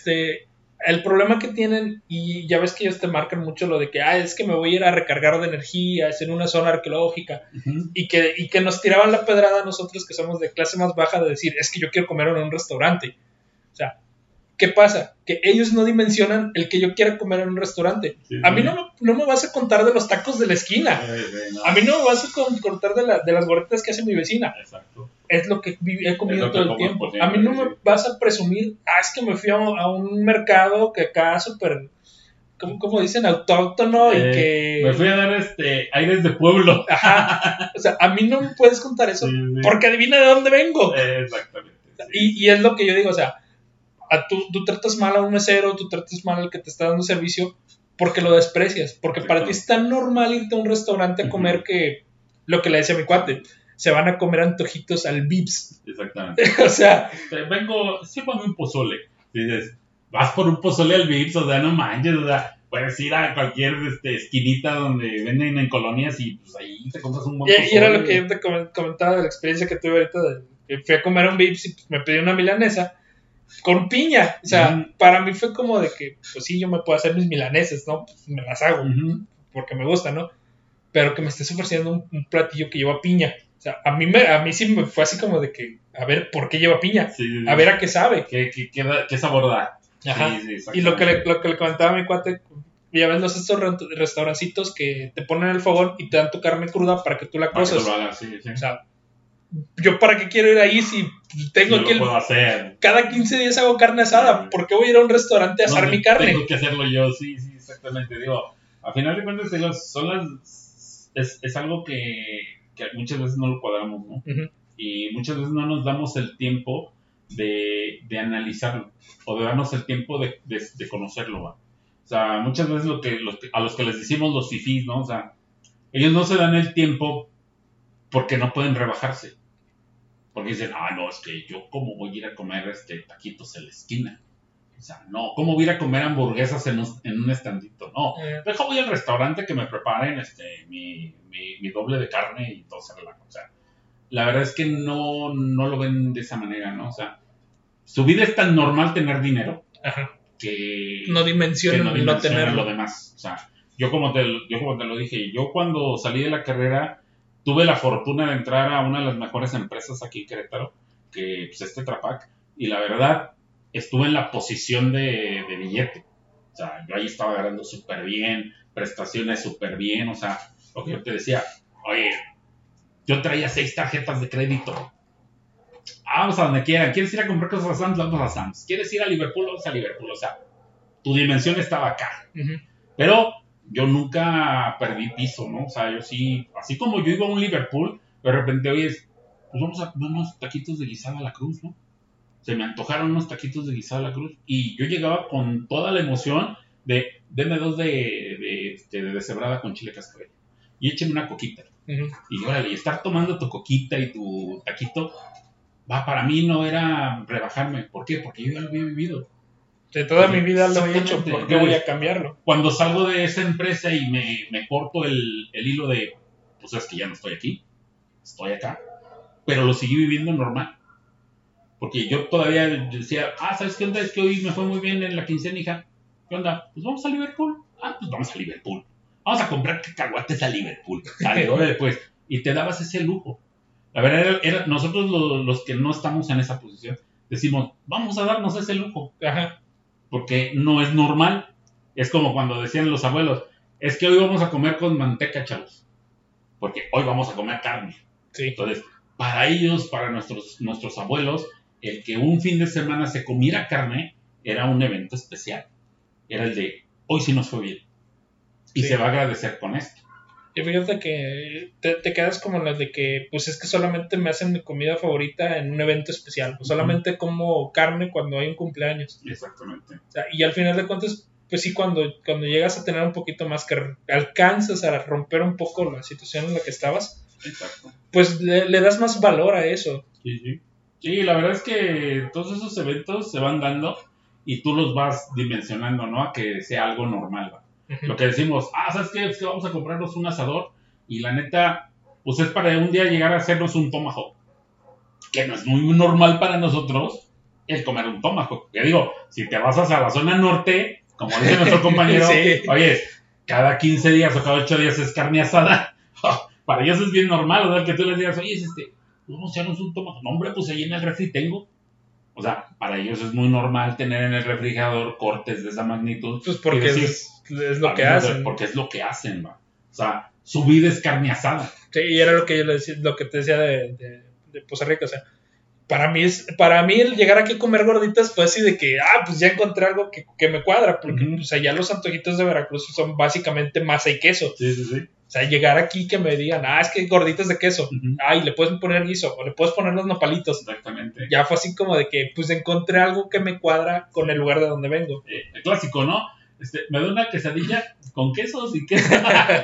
el problema que tienen, y ya ves que ellos te marcan mucho lo de que es que me voy a ir a recargar de energía, es en una zona arqueológica, Uh-huh. y que nos tiraban la pedrada a nosotros que somos de clase más baja de decir, es que yo quiero comer en un restaurante. O sea, ¿qué pasa? Que ellos no dimensionan el que yo quiera comer en un restaurante. Sí, a mí no me vas a contar de los tacos de la esquina. No. A mí no me vas a contar de las gorditas que hace mi vecina. Exacto. Es lo que he comido todo el tiempo. Siempre, a mí no me vas a presumir, es que me fui a un mercado que acá súper ¿cómo dicen? Autóctono y que... Me fui a dar aires de pueblo. Ajá. O sea, a mí no me puedes contar eso, Sí. porque adivina de dónde vengo. Exactamente. Y es lo que yo digo, o sea, tú tratas mal a un mesero, tú tratas mal al que te está dando servicio porque lo desprecias, porque para ti es tan normal irte a un restaurante a comer que lo que le decía a mi cuate, se van a comer antojitos al Vips. Exactamente. O sea, Sí pongo un pozole. Dices, vas por un pozole al Vips, o sea, no manches, o sea, puedes ir a cualquier esquinita donde venden en colonias y pues ahí te compras un buen pozole. Y era lo que yo te comentaba de la experiencia que tuve ahorita, que fui a comer a un Vips y pues, me pedí una milanesa con piña. O sea, para mí fue como de que, pues sí, yo me puedo hacer mis milanesas, ¿no? Pues me las hago, porque me gusta, ¿no? Pero que me estés ofreciendo un platillo que lleva piña. O sea, a mí sí me fue así como de que, a ver, ¿por qué lleva piña? Sí. A ver a qué sabe. ¿Qué sabor da? Ajá. Sí, y lo que le comentaba a mi cuate, ya ves estos restaurancitos que te ponen el fogón y te dan tu carne cruda para que tú la coces. Sí. O sea, ¿yo para qué quiero ir ahí si tengo yo que... lo puedo hacer. Cada 15 días hago carne asada. ¿Por qué voy a ir a un restaurante a asar mi carne? Tengo que hacerlo yo, sí, exactamente. Digo, a final de cuentas es algo que muchas veces no lo cuadramos, ¿no? Uh-huh. Y muchas veces no nos damos el tiempo de analizarlo o de darnos el tiempo de conocerlo, ¿va? O sea, muchas veces a los que les decimos los fifís, ¿no? O sea, ellos no se dan el tiempo porque no pueden rebajarse. Porque dicen, no, es que yo cómo voy a ir a comer taquitos en la esquina. O sea, no, ¿cómo voy a ir a comer hamburguesas en un estandito? No, dejo voy al restaurante que me preparen mi doble de carne y todo se relaja. O sea, la verdad es que no lo ven de esa manera, ¿no? O sea, su vida es tan normal tener dinero. Ajá. Que no dimensionan no tenerlo. Lo demás. O sea, yo como te lo dije, yo cuando salí de la carrera tuve la fortuna de entrar a una de las mejores empresas aquí en Querétaro, que pues Trapac, y la verdad estuve en la posición de billete. O sea, yo ahí estaba ganando súper bien, prestaciones súper bien, o sea, lo que yo te decía, oye, yo traía 6 tarjetas de crédito. Vamos a donde quieran. ¿Quieres ir a comprar cosas a Sam's? Vamos a Sam's. ¿Quieres ir a Liverpool? Vamos a Liverpool. O sea, tu dimensión estaba acá. Uh-huh. Pero yo nunca perdí piso, ¿no? O sea, yo sí, así como yo iba a un Liverpool, de repente, oye, pues vamos a comer unos taquitos de guisada a la cruz, ¿no? Se me antojaron unos taquitos de guisada a la cruz y yo llegaba con toda la emoción de, denme 2 de deshebrada con chile cascabel y écheme una coquita. Uh-huh. Y órale, y estar tomando tu coquita y tu taquito, para mí no era rebajarme. ¿Por qué? Porque yo ya lo había vivido. De toda mi vida lo he hecho, ¿por qué voy a cambiarlo? Cuando salgo de esa empresa y me corto el hilo de, pues es que ya no estoy aquí, estoy acá, pero lo seguí viviendo normal. Porque yo todavía decía, ¿sabes qué onda? Es que hoy me fue muy bien en la quincena, hija. ¿Qué onda? Pues vamos a Liverpool. Pues vamos a Liverpool. Vamos a comprar cacahuates a Liverpool. Sale, pues. Y te dabas ese lujo. La verdad, era nosotros los que no estamos en esa posición, decimos, vamos a darnos ese lujo. Ajá. Porque no es normal. Es como cuando decían los abuelos, es que hoy vamos a comer con manteca, chavos. Porque hoy vamos a comer carne. Sí. Entonces, para ellos, para nuestros abuelos, el que un fin de semana se comiera carne era un evento especial. Era el de, hoy sí nos fue bien. Y se va a agradecer con esto. Y fíjate que te quedas como en las de que, pues es que solamente me hacen mi comida favorita en un evento especial. Pues solamente como carne cuando hay un cumpleaños. Exactamente. O sea, y al final de cuentas, pues sí, cuando llegas a tener un poquito más, que alcanzas a romper un poco la situación en la que estabas. Exacto. Pues le das más valor a eso. Sí. Sí, la verdad es que todos esos eventos se van dando y tú los vas dimensionando, ¿no? A que sea algo normal, ¿va? Uh-huh. Lo que decimos, ¿sabes qué? Es que vamos a comprarnos un asador y la neta, pues es para un día llegar a hacernos un tomahawk. Que no es muy normal para nosotros el comer un tomahawk. Que digo, si te vas a la zona norte, como dice nuestro compañero, sí. Oye, cada 15 días o cada 8 días es carne asada. Para ellos es bien normal, ¿verdad? Que tú les digas, oye, vamos a echarnos un tomahawk. No, hombre, pues ahí en el refri tengo. O sea, para ellos es muy normal tener en el refrigerador cortes de esa magnitud. Pues porque es lo que hacen. Porque es lo que hacen, ¿va? O sea, su vida es carne asada. Sí, y era lo que yo le decía, lo que te decía de Poza Rica. O sea, para mí el llegar aquí a comer gorditas fue así de que, pues ya encontré algo que me cuadra, porque Ujú. pues allá los antojitos de Veracruz son básicamente masa y queso. Sí, sí, sí. O sea, llegar aquí que me digan, es que gorditas de queso. Ujú. Y le puedes poner guiso, o le puedes poner los nopalitos. Exactamente. Ya fue así como de que, pues encontré algo que me cuadra con el lugar de donde vengo. El clásico, ¿no? Me da una quesadilla con quesos y queso.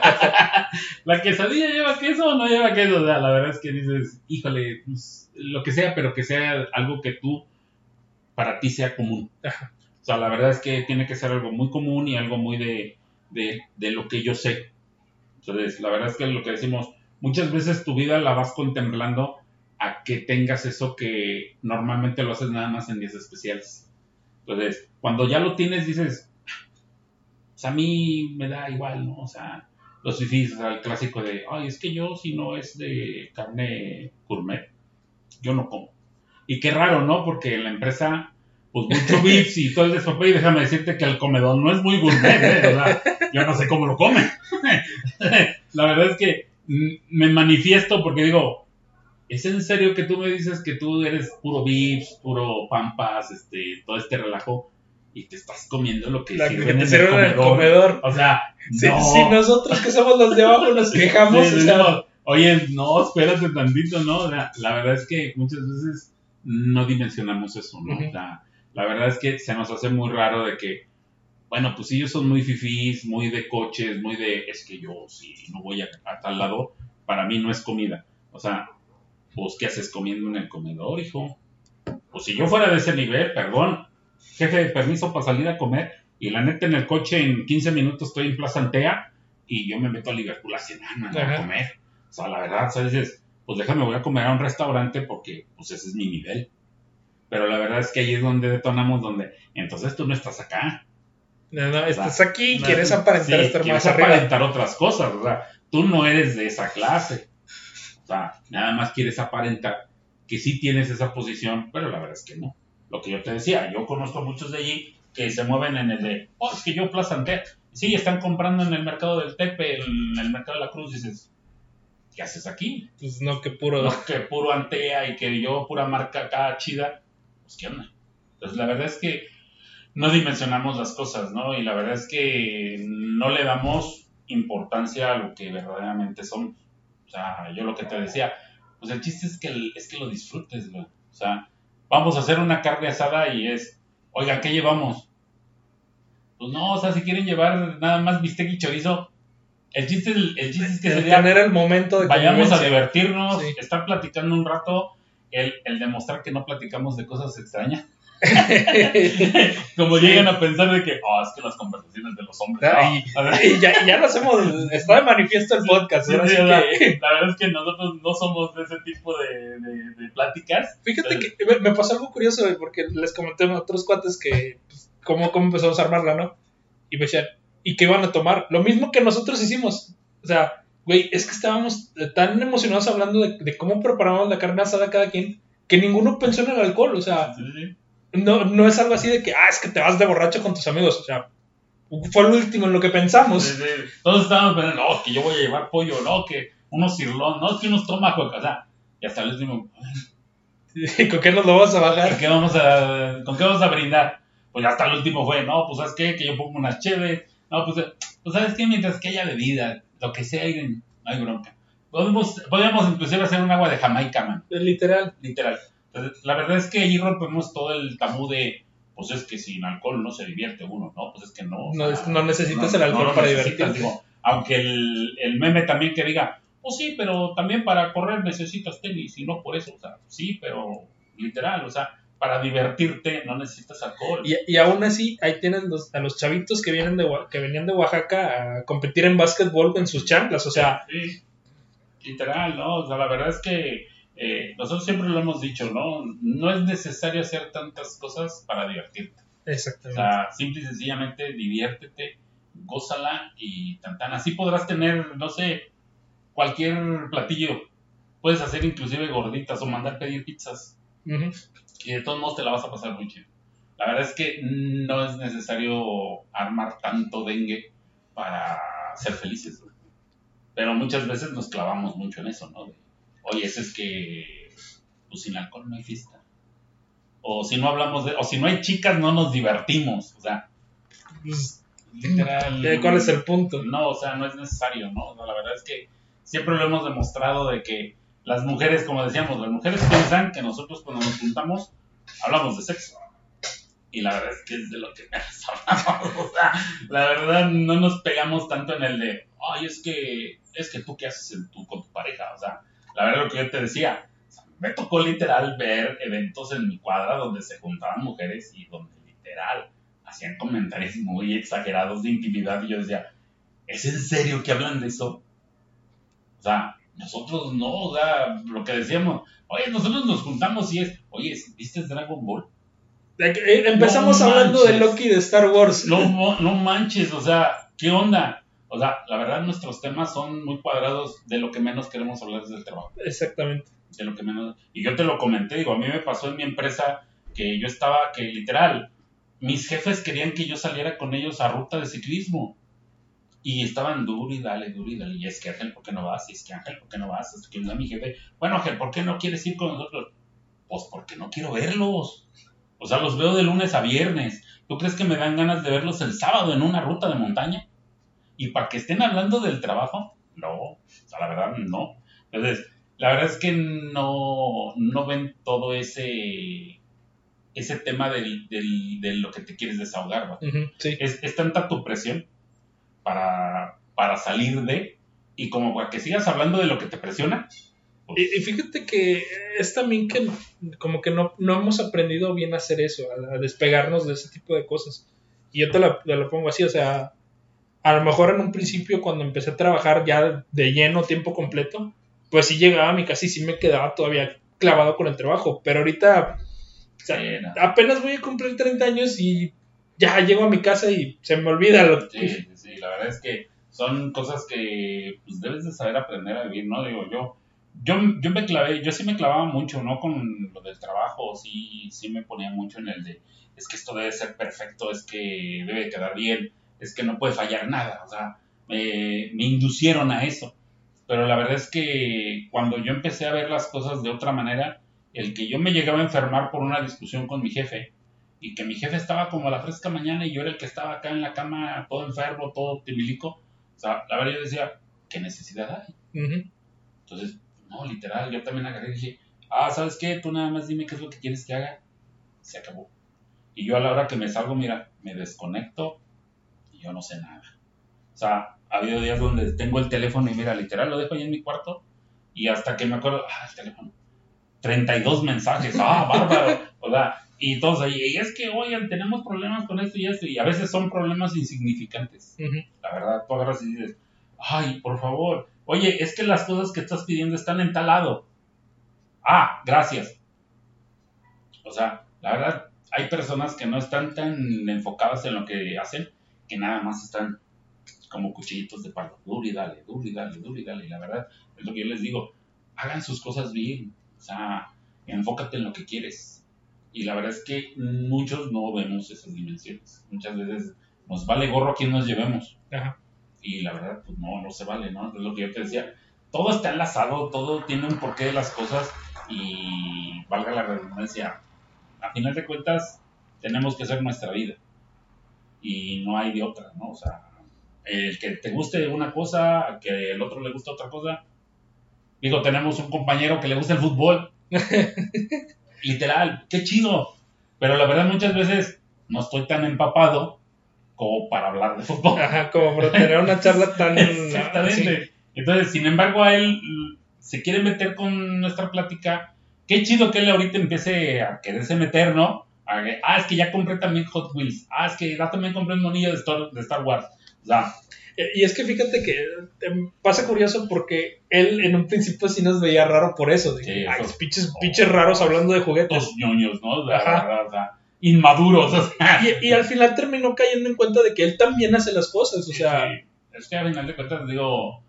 ¿La quesadilla lleva queso o no lleva queso? O sea, la verdad es que dices, híjole, pues, lo que sea, pero que sea algo que tú, para ti sea común. Ajá. O sea, la verdad es que tiene que ser algo muy común y algo muy de lo que yo sé. Entonces, la verdad es que lo que decimos, muchas veces tu vida la vas contemplando a que tengas eso que normalmente lo haces nada más en días especiales. Entonces, cuando ya lo tienes, dices, pues a mí me da igual, ¿no? O sea, los fifís, o sea, el clásico de, es que yo si no es de carne gourmet, yo no como. Y qué raro, ¿no? Porque en la empresa, pues mucho VIPs y todo el despapalle, y déjame decirte que el comedor no es muy gourmet, ¿eh? O sea, yo no sé cómo lo comen. La verdad es que me manifiesto porque digo, ¿es en serio que tú me dices que tú eres puro VIPs, puro pampas, todo este relajo? Y te estás comiendo lo que sirven en el comedor. O sea, no. Si nosotros que somos los de abajo nos quejamos, Sí, oye, no, espérate tantito, ¿no? O sea, la verdad es que muchas veces no dimensionamos eso, ¿no? O sea, la verdad es que se nos hace muy raro de que, bueno, pues ellos son muy fifís, muy de coches, muy de, es que yo si no voy a tal lado, para mí no es comida. O sea, pues, ¿qué haces comiendo en el comedor, hijo? Pues si yo fuera de ese nivel, perdón, jefe, permiso para salir a comer, y la neta en el coche en 15 minutos estoy en Plaza Antea, y yo me meto a Liverpool a cenar, a comer. O sea, la verdad, o sea, dices, pues déjame, voy a comer a un restaurante porque, pues ese es mi nivel. Pero la verdad es que ahí es donde detonamos, donde, entonces tú no estás acá. No, estás aquí y quieres aparentar estar más arriba. Quieres aparentar otras cosas, o sea, tú no eres de esa clase. O sea, nada más quieres aparentar que sí tienes esa posición, pero la verdad es que no. Lo que yo te decía, yo conozco a muchos de allí que se mueven en el de, es que yo Plaza Antea. Sí, están comprando en el mercado del Tepe, en el mercado de la Cruz, dices, ¿qué haces aquí? Pues no, que puro. No, que puro Antea y que yo pura marca acá chida. Pues qué onda. Entonces la verdad es que no dimensionamos las cosas, ¿no? Y la verdad es que no le damos importancia a lo que verdaderamente somos. O sea, yo lo que te decía, pues el chiste es que lo disfrutes, güey. O sea, vamos a hacer una carne asada y es, oiga, ¿qué llevamos? Pues no, o sea, si quieren llevar nada más bistec y chorizo, el chiste es que sería tener el momento de vayamos a divertirnos, estar platicando un rato, el demostrar que no platicamos de cosas extrañas. Como llegan a pensar de que, es que las conversaciones de los hombres. Y ya lo hacemos, está de manifiesto el podcast. La verdad es que nosotros no somos de ese tipo de pláticas. Fíjate que me pasó algo curioso, porque les comenté a otros cuates que, pues, cómo empezamos a armarla, ¿no? Y me decían, ¿y qué iban a tomar? Lo mismo que nosotros hicimos. O sea, güey, es que estábamos tan emocionados hablando de cómo preparamos la carne asada cada quien, que ninguno pensó en el alcohol. O sea, no es algo así de que, es que te vas de borracho con tus amigos. O sea, fue lo último en lo que pensamos. Sí. Todos estábamos pensando, no, que yo voy a llevar pollo, no, que unos cirlón, no, que unos tomahawk, o sea, y hasta el último, ¿con qué nos lo vamos a bajar? ¿con qué vamos a brindar? Pues hasta el último fue, no, pues ¿sabes qué? Que yo pongo unas chéves, no, pues ¿sabes qué? Mientras que haya bebida, lo que sea, no hay bronca. Podríamos inclusive hacer un agua de Jamaica, man. Literal. Entonces, la verdad es que ahí rompemos todo el tabú de, pues es que sin alcohol no se divierte uno, ¿no? Pues es que no. No necesitas el alcohol para divertirte. Digo, aunque el meme también que diga, pues sí, pero también para correr necesitas tenis y no por eso, o sea, sí, pero literal, o sea, para divertirte no necesitas alcohol. Y aún así, ahí tienes a los chavitos que venían de Oaxaca a competir en básquetbol en sus chanclas, o sea. Sí, literal, ¿no? O sea, la verdad es que nosotros siempre lo hemos dicho, ¿no? No es necesario hacer tantas cosas para divertirte. Exactamente. O sea, simple y sencillamente diviértete, gózala y tan. Así podrás tener, no sé, cualquier platillo. Puedes hacer inclusive gorditas o mandar pedir pizzas. Uh-huh. Y de todos modos te la vas a pasar muy chido. La verdad es que no es necesario armar tanto dengue para ser felices, ¿no? Pero muchas veces nos clavamos mucho en eso, ¿no? Oye, eso es que pues sin alcohol no hay fiesta. o si no hablamos o si no hay chicas, no nos divertimos. O sea, Pues, literal. ¿cuál es el punto? No, o sea, no es necesario, ¿no? O sea, la verdad es que siempre lo hemos demostrado de que las mujeres, como decíamos, las mujeres piensan que nosotros cuando nos juntamos hablamos de sexo. Y la verdad es que es de lo que menos hablamos. O sea, la verdad no nos pegamos tanto en el de, ay, es que tú qué haces con tu pareja. O sea, la verdad lo que yo te decía, o sea, me tocó literal ver eventos en mi cuadra donde se juntaban mujeres y donde literal hacían comentarios muy exagerados de intimidad. Y yo decía, ¿es en serio que hablan de eso? O sea, nosotros no, o sea, lo que decíamos, oye, nosotros nos juntamos y es, oye, ¿viste Dragon Ball? Empezamos No hablando de manches. Loki de Star Wars. No manches, o sea, ¿qué onda? O sea, la verdad nuestros temas son muy cuadrados, de lo que menos queremos hablar es del trabajo. Exactamente. De lo que menos, y yo te lo comenté, digo, a mí me pasó en mi empresa que yo estaba, que literal, mis jefes querían que yo saliera con ellos a ruta de ciclismo. Y estaban duro y dale, y es que Ángel, ¿por qué no vas? Y es que Ángel, ¿por qué no vas? Hasta que mi jefe, bueno Ángel, ¿por qué no quieres ir con nosotros? Pues porque no quiero verlos. O sea, los veo de lunes a viernes. ¿Tú crees que me dan ganas de verlos el sábado en una ruta de montaña? ¿Y para que estén hablando del trabajo? No, o sea, la verdad, no. Entonces, la verdad es que no ven todo ese tema de lo que te quieres desahogar, ¿no? Sí. Es tanta tu presión para salir y como para que sigas hablando de lo que te presiona. Pues, Y fíjate que es también que como que no hemos aprendido bien a hacer eso, a despegarnos de ese tipo de cosas. Y yo te lo pongo así, o sea, a lo mejor en un principio cuando empecé a trabajar ya de lleno, tiempo completo, pues sí llegaba a mi casa y sí me quedaba todavía clavado con el trabajo. Pero ahorita, o sea, no. apenas voy a cumplir 30 años y ya llego a mi casa y se me olvida lo Sí, la verdad es que son cosas que pues debes de saber aprender a vivir, ¿no? Digo, yo sí me clavaba mucho, ¿no? Con lo del trabajo, sí me ponía mucho en el de, es que esto debe ser perfecto, es que debe quedar bien, es que no puede fallar nada, o sea, me inducieron a eso. Pero la verdad es que cuando yo empecé a ver las cosas de otra manera, el que yo me llegaba a enfermar por una discusión con mi jefe, y que mi jefe estaba como a la fresca mañana y yo era el que estaba acá en la cama todo enfermo, todo timilico, o sea, la verdad yo decía, ¿qué necesidad hay? Entonces, no, literal, yo también agarré y dije, ¿sabes qué? Tú nada más dime qué es lo que quieres que haga. Se acabó. Y yo a la hora que me salgo, mira, me desconecto y yo no sé nada. O sea, ha habido días donde tengo el teléfono y mira, literal, lo dejo ahí en mi cuarto y hasta que me acuerdo, el teléfono, 32 mensajes, bárbaro. O sea, y todos ahí, y es que, oigan, tenemos problemas con esto, y a veces son problemas insignificantes. La verdad, tú agarras y dices, ay, por favor, oye, es que las cosas que estás pidiendo están en tal lado. Gracias. O sea, la verdad, hay personas que no están tan enfocadas en lo que hacen, que nada más están como cuchillitos de palo, duro y dale, y la verdad, es lo que yo les digo, hagan sus cosas bien, o sea, enfócate en lo que quieres. Y la verdad es que muchos no vemos esas dimensiones. Muchas veces nos vale gorro a quien nos llevemos. Ajá. Y la verdad, pues no se vale, ¿no? Es lo que yo te decía. Todo está enlazado, todo tiene un porqué de las cosas y valga la redundancia. A final de cuentas, tenemos que hacer nuestra vida. Y no hay de otra, ¿no? O sea, el que te guste una cosa, que el otro le guste otra cosa. Digo, tenemos un compañero que le gusta el fútbol. Literal, qué chido. Pero la verdad muchas veces no estoy tan empapado como para hablar de fútbol. Ajá, como para tener una charla tan... Exactamente. Sí. Entonces, sin embargo, a él se quiere meter con nuestra plática. Qué chido que él ahorita empiece a quererse meter, ¿no? Es que ya compré también Hot Wheels. Es que ya también compré un monillo de Star Wars. O sea, y es que fíjate que pasa curioso porque él en un principio sí nos veía raro por eso. De sí, pinches raros hablando de juguetes. Los ñoños, ¿no? O sea, inmaduros. O sea. Y al final terminó cayendo en cuenta de que él también hace las cosas. O sea, sí. Es que al final de cuentas digo,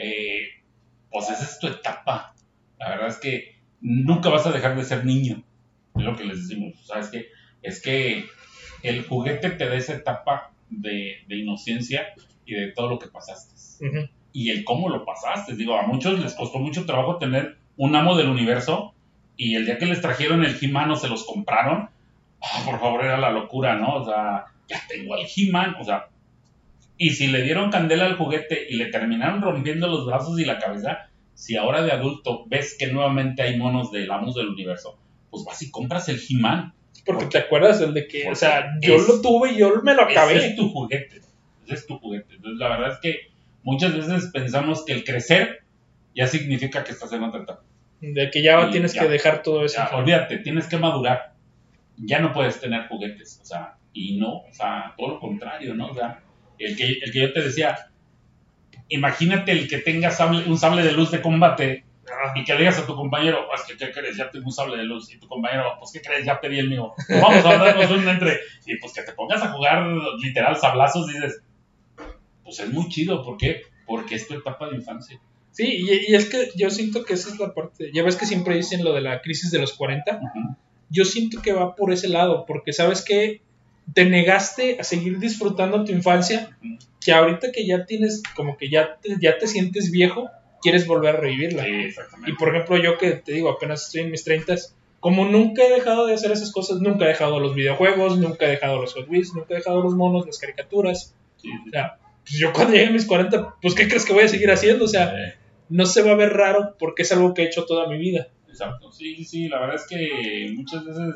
pues esa es tu etapa. La verdad es que nunca vas a dejar de ser niño. Es lo que les decimos. O sea, es que el juguete te da esa etapa de inocencia y de todo lo que pasaste. Y el cómo lo pasaste. Digo, a muchos les costó mucho trabajo tener un amo del universo Y el día que les trajeron el He-Man o se los compraron, por favor, era la locura, ¿no? O sea, ya tengo el He-Man, o sea, y si le dieron candela al juguete y le terminaron rompiendo los brazos y la cabeza, si ahora de adulto ves que nuevamente hay monos del Amos del Universo, pues vas y compras el He-Man. Porque te acuerdas el de que, o sea, yo lo tuve y yo me lo acabé. Ese es tu juguete. Entonces, la verdad es que muchas veces pensamos que el crecer ya significa que estás en otra etapa. De que ya tienes que dejar todo eso. Ya, olvídate, tienes que madurar. Ya no puedes tener juguetes, o sea, y no, o sea, todo lo contrario, ¿no? O sea, el que yo te decía, imagínate el que tengas un sable de luz de combate y que le digas a tu compañero, ¿qué crees? Ya tengo un sable de luz. Y tu compañero, pues, ¿qué crees? Ya pedí el mío. Pues vamos a darnos un entre. Y pues que te pongas a jugar literal sablazos, dices, pues es muy chido. ¿Por qué? Porque es tu etapa de infancia. Sí, y es que yo siento que esa es la parte. Ya ves que siempre dicen lo de la crisis de los 40. Uh-huh. Yo siento que va por ese lado, porque sabes que te negaste a seguir disfrutando tu infancia, que ahorita que ya tienes, como que ya te sientes viejo, quieres volver a revivirla. Sí, exactamente. Y por ejemplo, yo que te digo, apenas estoy en mis 30s, como nunca he dejado de hacer esas cosas, nunca he dejado los videojuegos, nunca he dejado los Hot Wheels, nunca he dejado los monos, las caricaturas. Sí. O sea, pues yo cuando llegue a mis 40, pues ¿qué crees que voy a seguir haciendo? O sea, no se va a ver raro porque es algo que he hecho toda mi vida. Exacto, sí, la verdad es que muchas veces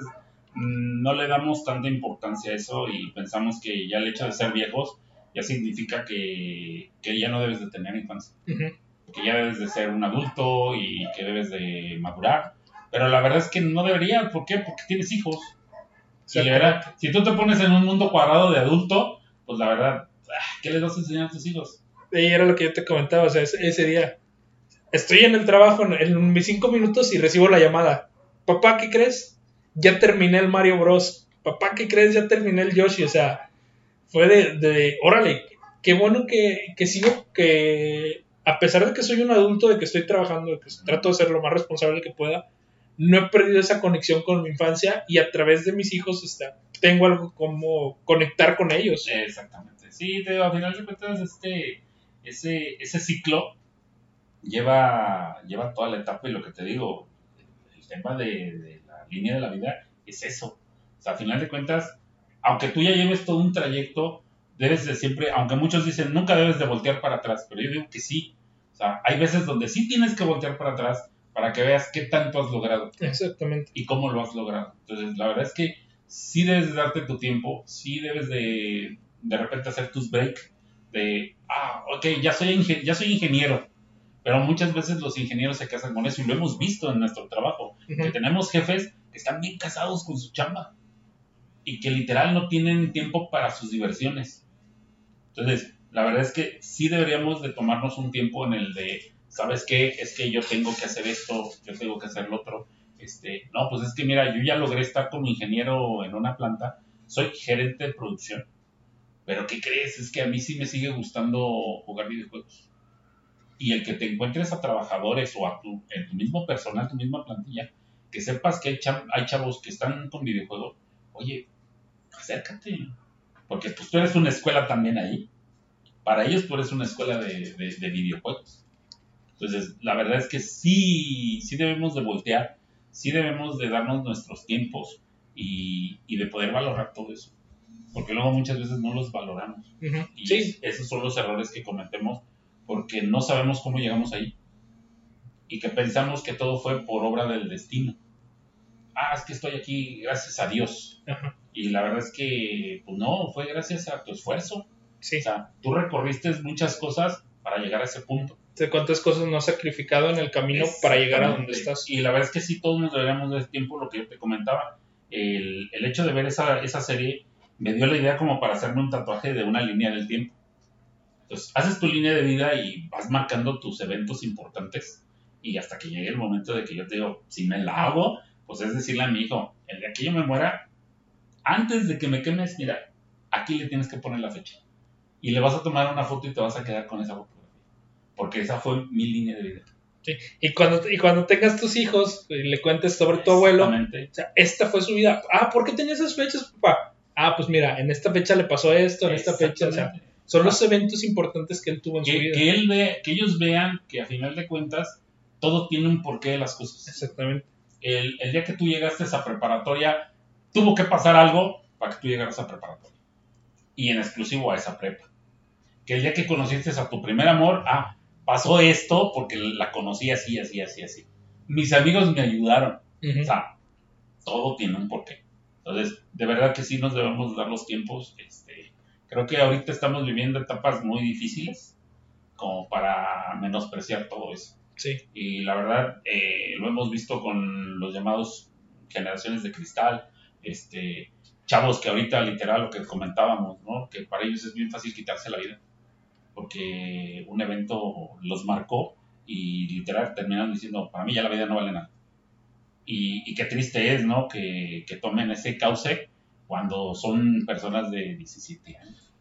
no le damos tanta importancia a eso y pensamos que ya el hecho de ser viejos ya significa que ya no debes de tener infancia, que ya debes de ser un adulto y que debes de madurar, pero la verdad es que no deberías. ¿Por qué? Porque tienes hijos. Y la verdad, si tú te pones en un mundo cuadrado de adulto, pues la verdad, ¿qué les vas a enseñar a tus hijos? Y era lo que yo te comentaba, o sea, ese día estoy en el trabajo en mis 5 minutos y recibo la llamada. Papá, ¿qué crees? Ya terminé el Mario Bros. Papá, ¿qué crees? Ya terminé el Yoshi. O sea, fue de órale, qué bueno que sigo, que a pesar de que soy un adulto, de que estoy trabajando, de que trato de ser lo más responsable que pueda, no he perdido esa conexión con mi infancia y a través de mis hijos tengo algo como conectar con ellos. Exactamente. Sí, al final de cuentas, ese ciclo lleva toda la etapa, y lo que te digo, el tema de la línea de la vida es eso. O sea, a final de cuentas, aunque tú ya lleves todo un trayecto, debes de siempre, aunque muchos dicen nunca debes de voltear para atrás, pero yo digo que sí. O sea, hay veces donde sí tienes que voltear para atrás para que veas qué tanto has logrado. Exactamente. Y cómo lo has logrado. Entonces, la verdad es que sí debes de darte tu tiempo, sí debes de repente hacer tus breaks de, ok, ya soy ingeniero. Pero muchas veces los ingenieros se casan con eso y lo hemos visto en nuestro trabajo. Que tenemos jefes que están bien casados con su chamba y que literal no tienen tiempo para sus diversiones. Entonces, la verdad es que sí deberíamos de tomarnos un tiempo en el de, ¿sabes qué? Es que yo tengo que hacer esto, yo tengo que hacer lo otro. No, pues es que mira, yo ya logré estar como ingeniero en una planta, soy gerente de producción. Pero ¿qué crees? Es que a mí sí me sigue gustando jugar videojuegos. Y el que te encuentres a trabajadores o en tu mismo personal, tu misma plantilla, que sepas que hay chavos que están con videojuegos, oye, acércate, porque pues tú eres una escuela también ahí. Para ellos tú eres una escuela de videojuegos. Entonces, la verdad es que sí debemos de voltear, sí debemos de darnos nuestros tiempos y de poder valorar todo eso. Porque luego muchas veces no los valoramos. Y sí, esos son los errores que cometemos porque no sabemos cómo llegamos ahí y que pensamos que todo fue por obra del destino. Es que estoy aquí gracias a Dios. Ajá. Y la verdad es que pues no, fue gracias a tu esfuerzo. Sí. O sea, tú recorriste muchas cosas para llegar a ese punto. ¿De cuántas cosas no has sacrificado en el camino para llegar a donde estás? Y la verdad es que sí, todos nos deberíamos de tiempo, lo que yo te comentaba. El hecho de ver esa serie me dio la idea como para hacerme un tatuaje de una línea del tiempo. Entonces, haces tu línea de vida y vas marcando tus eventos importantes y hasta que llegue el momento de que yo te digo, si me la hago, pues es decirle a mi hijo, el día que yo me muera, antes de que me quemes, mira, aquí le tienes que poner la fecha. Y le vas a tomar una foto y te vas a quedar con esa fotografía. Porque esa fue mi línea de vida. Sí. Y cuando tengas tus hijos y le cuentes sobre tu abuelo, o sea, esta fue su vida. ¿Por qué tenía esas fechas, papá? Pues mira, en esta fecha le pasó esto, en esta fecha, o sea, son los eventos importantes que él tuvo en su vida. Que ellos vean que a final de cuentas todo tiene un porqué de las cosas. Exactamente. el día que tú llegaste a esa preparatoria, tuvo que pasar algo para que tú llegaras a preparatoria. Y en exclusivo a esa prepa. Que el día que conociste a tu primer amor, pasó esto porque la conocí así. Mis amigos me ayudaron. O sea, todo tiene un porqué. Entonces, de verdad que sí nos debemos dar los tiempos. Creo que ahorita estamos viviendo etapas muy difíciles como para menospreciar todo eso. Sí. Y la verdad, lo hemos visto con los llamados generaciones de cristal, chavos que ahorita literal lo que comentábamos, ¿no? Que para ellos es bien fácil quitarse la vida porque un evento los marcó y literal terminan diciendo, para mí ya la vida no vale nada. Y qué triste es, ¿no? Que tomen ese cauce cuando son personas de 17 años.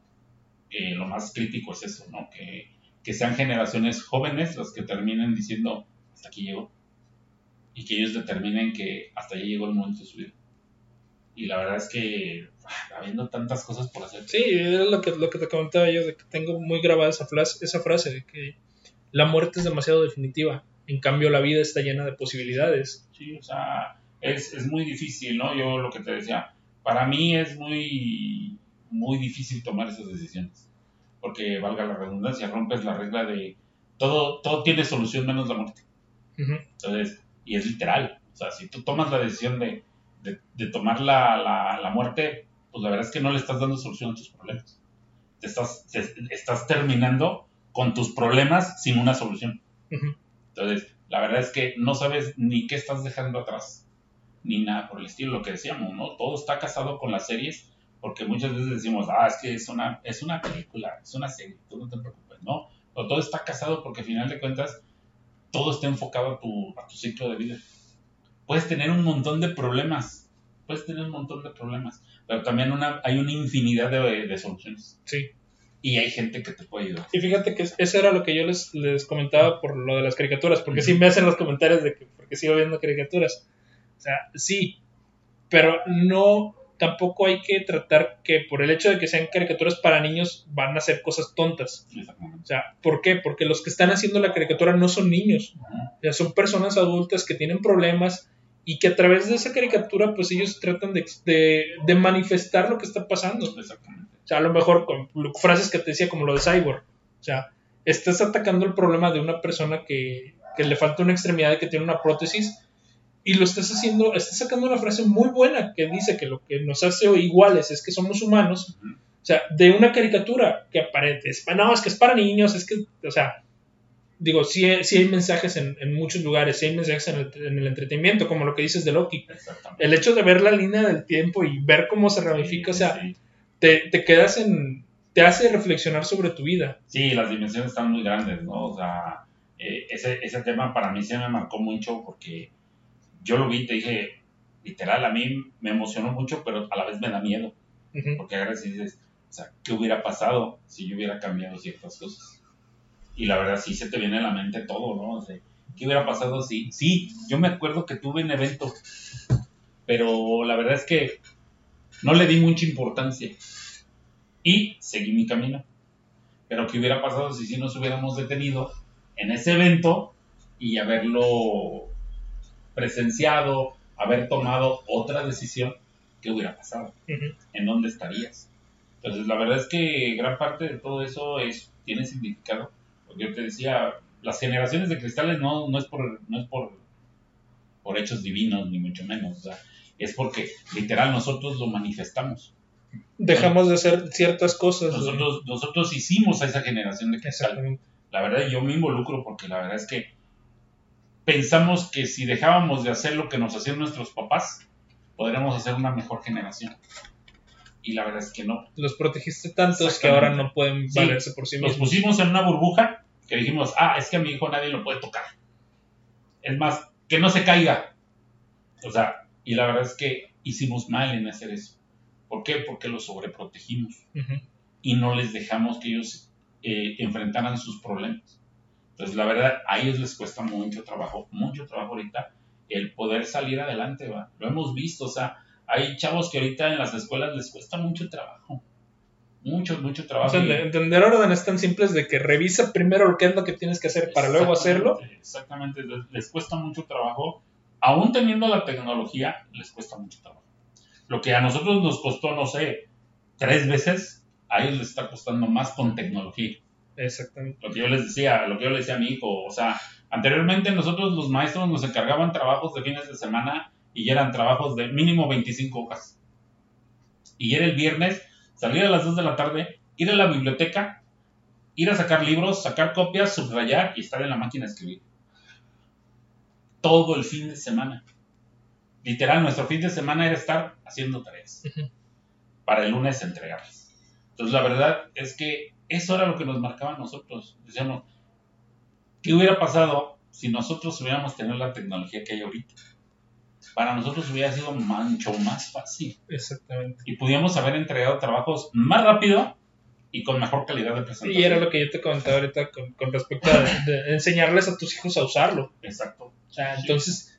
Lo más crítico es eso, ¿no? Que sean generaciones jóvenes las que terminen diciendo, hasta aquí llegó. Y que ellos determinen que hasta allí llegó el momento de su vida. Y la verdad es que habiendo tantas cosas por hacer. Sí, es lo que te comentaba yo, de que tengo muy grabada esa frase de que la muerte es demasiado definitiva, en cambio la vida está llena de posibilidades. Sí, o sea, es muy difícil, ¿no? Yo lo que te decía, para mí es muy, muy difícil tomar esas decisiones, porque valga la redundancia, rompes la regla de todo tiene solución menos la muerte. Uh-huh. Entonces, y es literal, o sea, si tú tomas la decisión de tomar la muerte, pues la verdad es que no le estás dando solución a tus problemas. Estás terminando con tus problemas sin una solución. Uh-huh. Entonces, la verdad es que no sabes ni qué estás dejando atrás, ni nada por el estilo, lo que decíamos, ¿no? Todo está casado con las series, porque muchas veces decimos, es que es una película, es una serie, tú no te preocupes, ¿no? Pero todo está casado porque al final de cuentas, todo está enfocado a tu ciclo de vida. Puedes tener un montón de problemas, pero también hay una infinidad de soluciones. Sí. Y hay gente que te puede ayudar. Y fíjate que eso era lo que yo les comentaba por lo de las caricaturas, porque sí me hacen los comentarios de que porque sigo viendo caricaturas. O sea, sí, pero no, tampoco hay que tratar que por el hecho de que sean caricaturas para niños van a hacer cosas tontas. O sea, ¿por qué? Porque los que están haciendo la caricatura no son niños. O sea, son personas adultas que tienen problemas y que a través de esa caricatura pues ellos tratan de manifestar lo que está pasando. Exactamente. O sea, a lo mejor con frases que te decía como lo de Cyborg. O sea, estás atacando el problema de una persona que le falta una extremidad y que tiene una prótesis y lo estás sacando una frase muy buena que dice que lo que nos hace iguales es que somos humanos. Uh-huh. O sea, de una caricatura que aparente, es que es para niños, es que, o sea, digo, sí hay mensajes en muchos lugares, sí hay mensajes en el entretenimiento, como lo que dices de Loki. El hecho de ver la línea del tiempo y ver cómo se ramifica, o sea, te quedas te hace reflexionar sobre tu vida. Sí, las dimensiones están muy grandes, ¿no? O sea, ese tema para mí se me marcó mucho porque yo lo vi y te dije, literal, a mí me emocionó mucho, pero a la vez me da miedo. Uh-huh. Porque ahora sí dices, o sea, ¿qué hubiera pasado si yo hubiera cambiado ciertas cosas? Y la verdad sí se te viene a la mente todo, ¿no? O sea, ¿qué hubiera pasado si? Sí, yo me acuerdo que tuve un evento, pero la verdad es que no le di mucha importancia y seguí mi camino. Pero ¿qué hubiera pasado si nos hubiéramos detenido en ese evento y haberlo presenciado, haber tomado otra decisión? ¿Qué hubiera pasado? Uh-huh. ¿En dónde estarías? Entonces, la verdad es que gran parte de todo eso tiene significado. Porque yo te decía, las generaciones de cristales no es por hechos divinos, ni mucho menos. O sea, es porque literal nosotros lo manifestamos. Dejamos de hacer ciertas cosas. Nosotros hicimos a esa generación de cristal. La verdad, yo me involucro porque la verdad es que pensamos que si dejábamos de hacer lo que nos hacían nuestros papás, podríamos hacer una mejor generación. Y la verdad es que no. Los protegiste tantos que ahora no pueden valerse por sí mismos. Los pusimos en una burbuja que dijimos, es que a mi hijo nadie lo puede tocar. Es más, que no se caiga. O sea, y la verdad es que hicimos mal en hacer eso. ¿Por qué? Porque los sobreprotegimos. Uh-huh. Y no les dejamos que ellos enfrentaran sus problemas. Entonces, la verdad, a ellos les cuesta mucho trabajo ahorita el poder salir adelante, ¿va? Lo hemos visto, o sea, hay chavos que ahorita en las escuelas les cuesta mucho trabajo. Mucho trabajo. O sea, entender órdenes tan simples de que revisa primero qué es lo que tienes que hacer para luego hacerlo. Exactamente, les cuesta mucho trabajo aún teniendo la tecnología, les cuesta mucho trabajo. Lo que a nosotros nos costó, no sé, 3 veces, a ellos les está costando más con tecnología. Exactamente. Lo que yo les decía a mi hijo, o sea, anteriormente nosotros los maestros nos encargaban trabajos de fines de semana y ya eran trabajos de mínimo 25 hojas. Y era el viernes, salir a las 2 de la tarde, ir a la biblioteca, ir a sacar libros, sacar copias, subrayar y estar en la máquina a escribir. Todo el fin de semana. Literal, nuestro fin de semana era estar haciendo tareas. Para el lunes entregarlas. Entonces, la verdad es que eso era lo que nos marcaba a nosotros. Decíamos, ¿qué hubiera pasado si nosotros hubiéramos tenido la tecnología que hay ahorita? Para nosotros hubiera sido mucho más fácil. Exactamente. Y pudiéramos haber entregado trabajos más rápido y con mejor calidad de presentación. Y era lo que yo te comentaba ahorita con respecto a de enseñarles a tus hijos a usarlo. Exacto. O sea, entonces,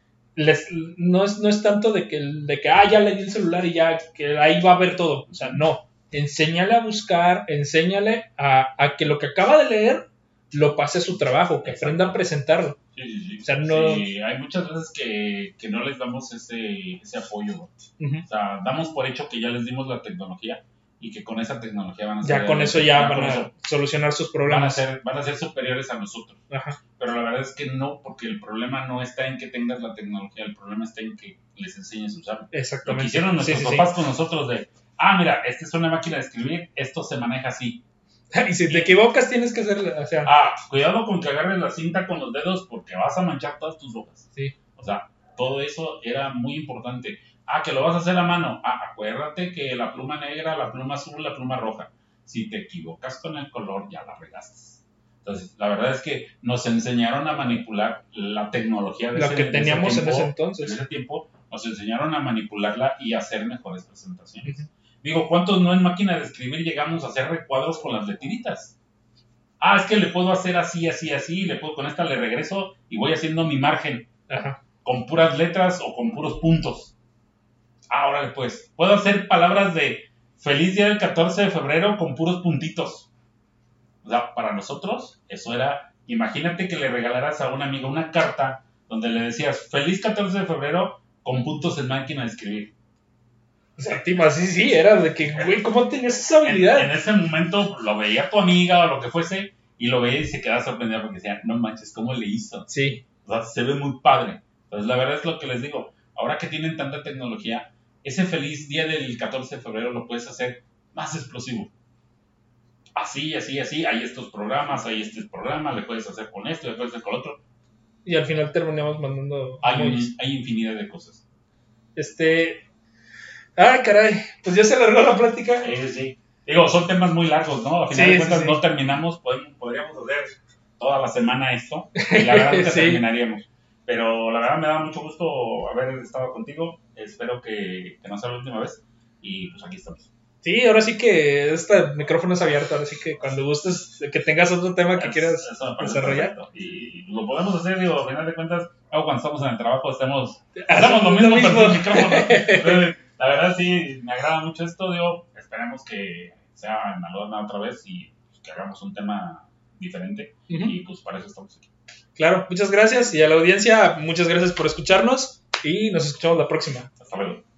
no es tanto de que ya le di el celular y ya, que ahí va a ver todo. O sea, no. Enséñale a buscar, enséñale a que lo que acaba de leer lo pase a su trabajo, que aprenda a presentarlo. Sí. O sea, no... Sí, hay muchas veces que no les damos ese apoyo. O sea, damos por hecho que ya les dimos la tecnología y que con esa tecnología van a ser... Ya con eso ya van a solucionar sus problemas. Van a ser superiores a nosotros. Ajá. Pero la verdad es que no, porque el problema no está en que tengas la tecnología, el problema está en que les enseñes a usarlo. Exactamente. Lo que hicieron nuestros papás con nosotros de, mira, esta es una máquina de escribir, esto se maneja así. Y si te equivocas tienes que hacerlo, o sea... cuidado con que agarres la cinta con los dedos porque vas a manchar todas tus hojas. Sí. O sea, todo eso era muy importante. Que lo vas a hacer a mano. Acuérdate que la pluma negra, la pluma azul, la pluma roja. Si te equivocas con el color, ya la regaste. Entonces, la verdad es que nos enseñaron a manipular la tecnología lo que teníamos en ese entonces. En ese tiempo, nos enseñaron a manipularla y a hacer mejores presentaciones. Digo, ¿cuántos no en máquina de escribir llegamos a hacer recuadros con las letritas? Es que le puedo hacer así, con esta le regreso y voy haciendo mi margen. Ajá. Con puras letras o con puros puntos. Órale, pues, puedo hacer palabras de feliz día del 14 de febrero con puros puntitos. O sea, para nosotros, eso era, imagínate que le regalaras a un amigo una carta donde le decías feliz 14 de febrero con puntos en máquina de escribir. O sea, sí, era de que, güey, ¿cómo tenías esa habilidad? En ese momento lo veía tu amiga o lo que fuese y lo veía y se quedaba sorprendido porque decía, no manches, ¿cómo le hizo? Sí. O sea, se ve muy padre. Entonces, la verdad es lo que les digo, ahora que tienen tanta tecnología, ese feliz día del 14 de febrero lo puedes hacer más explosivo. Así, hay estos programas, le puedes hacer con esto, le puedes hacer con otro. Y al final terminamos mandando... Hay infinidad de cosas. Caray, pues ya se alargó la plática. Sí. Digo, son temas muy largos, ¿no? A final de cuentas no terminamos, podríamos hacer toda la semana esto, y la verdad que terminaríamos. Pero la verdad me da mucho gusto haber estado contigo, espero que no sea la última vez, y pues aquí estamos. Sí, ahora sí que este micrófono es abierto, ahora sí que cuando gustes que tengas otro tema que quieras desarrollar. Perfecto. Y lo podemos hacer, digo, a final de cuentas, cuando estamos en el trabajo hacemos lo mismo. Pero el micrófono. La verdad sí, me agrada mucho esto, digo, esperemos que sea en Alorna otra vez y pues, que hagamos un tema diferente, y pues para eso estamos aquí. Claro, muchas gracias, y a la audiencia, muchas gracias por escucharnos y nos escuchamos la próxima. Hasta luego.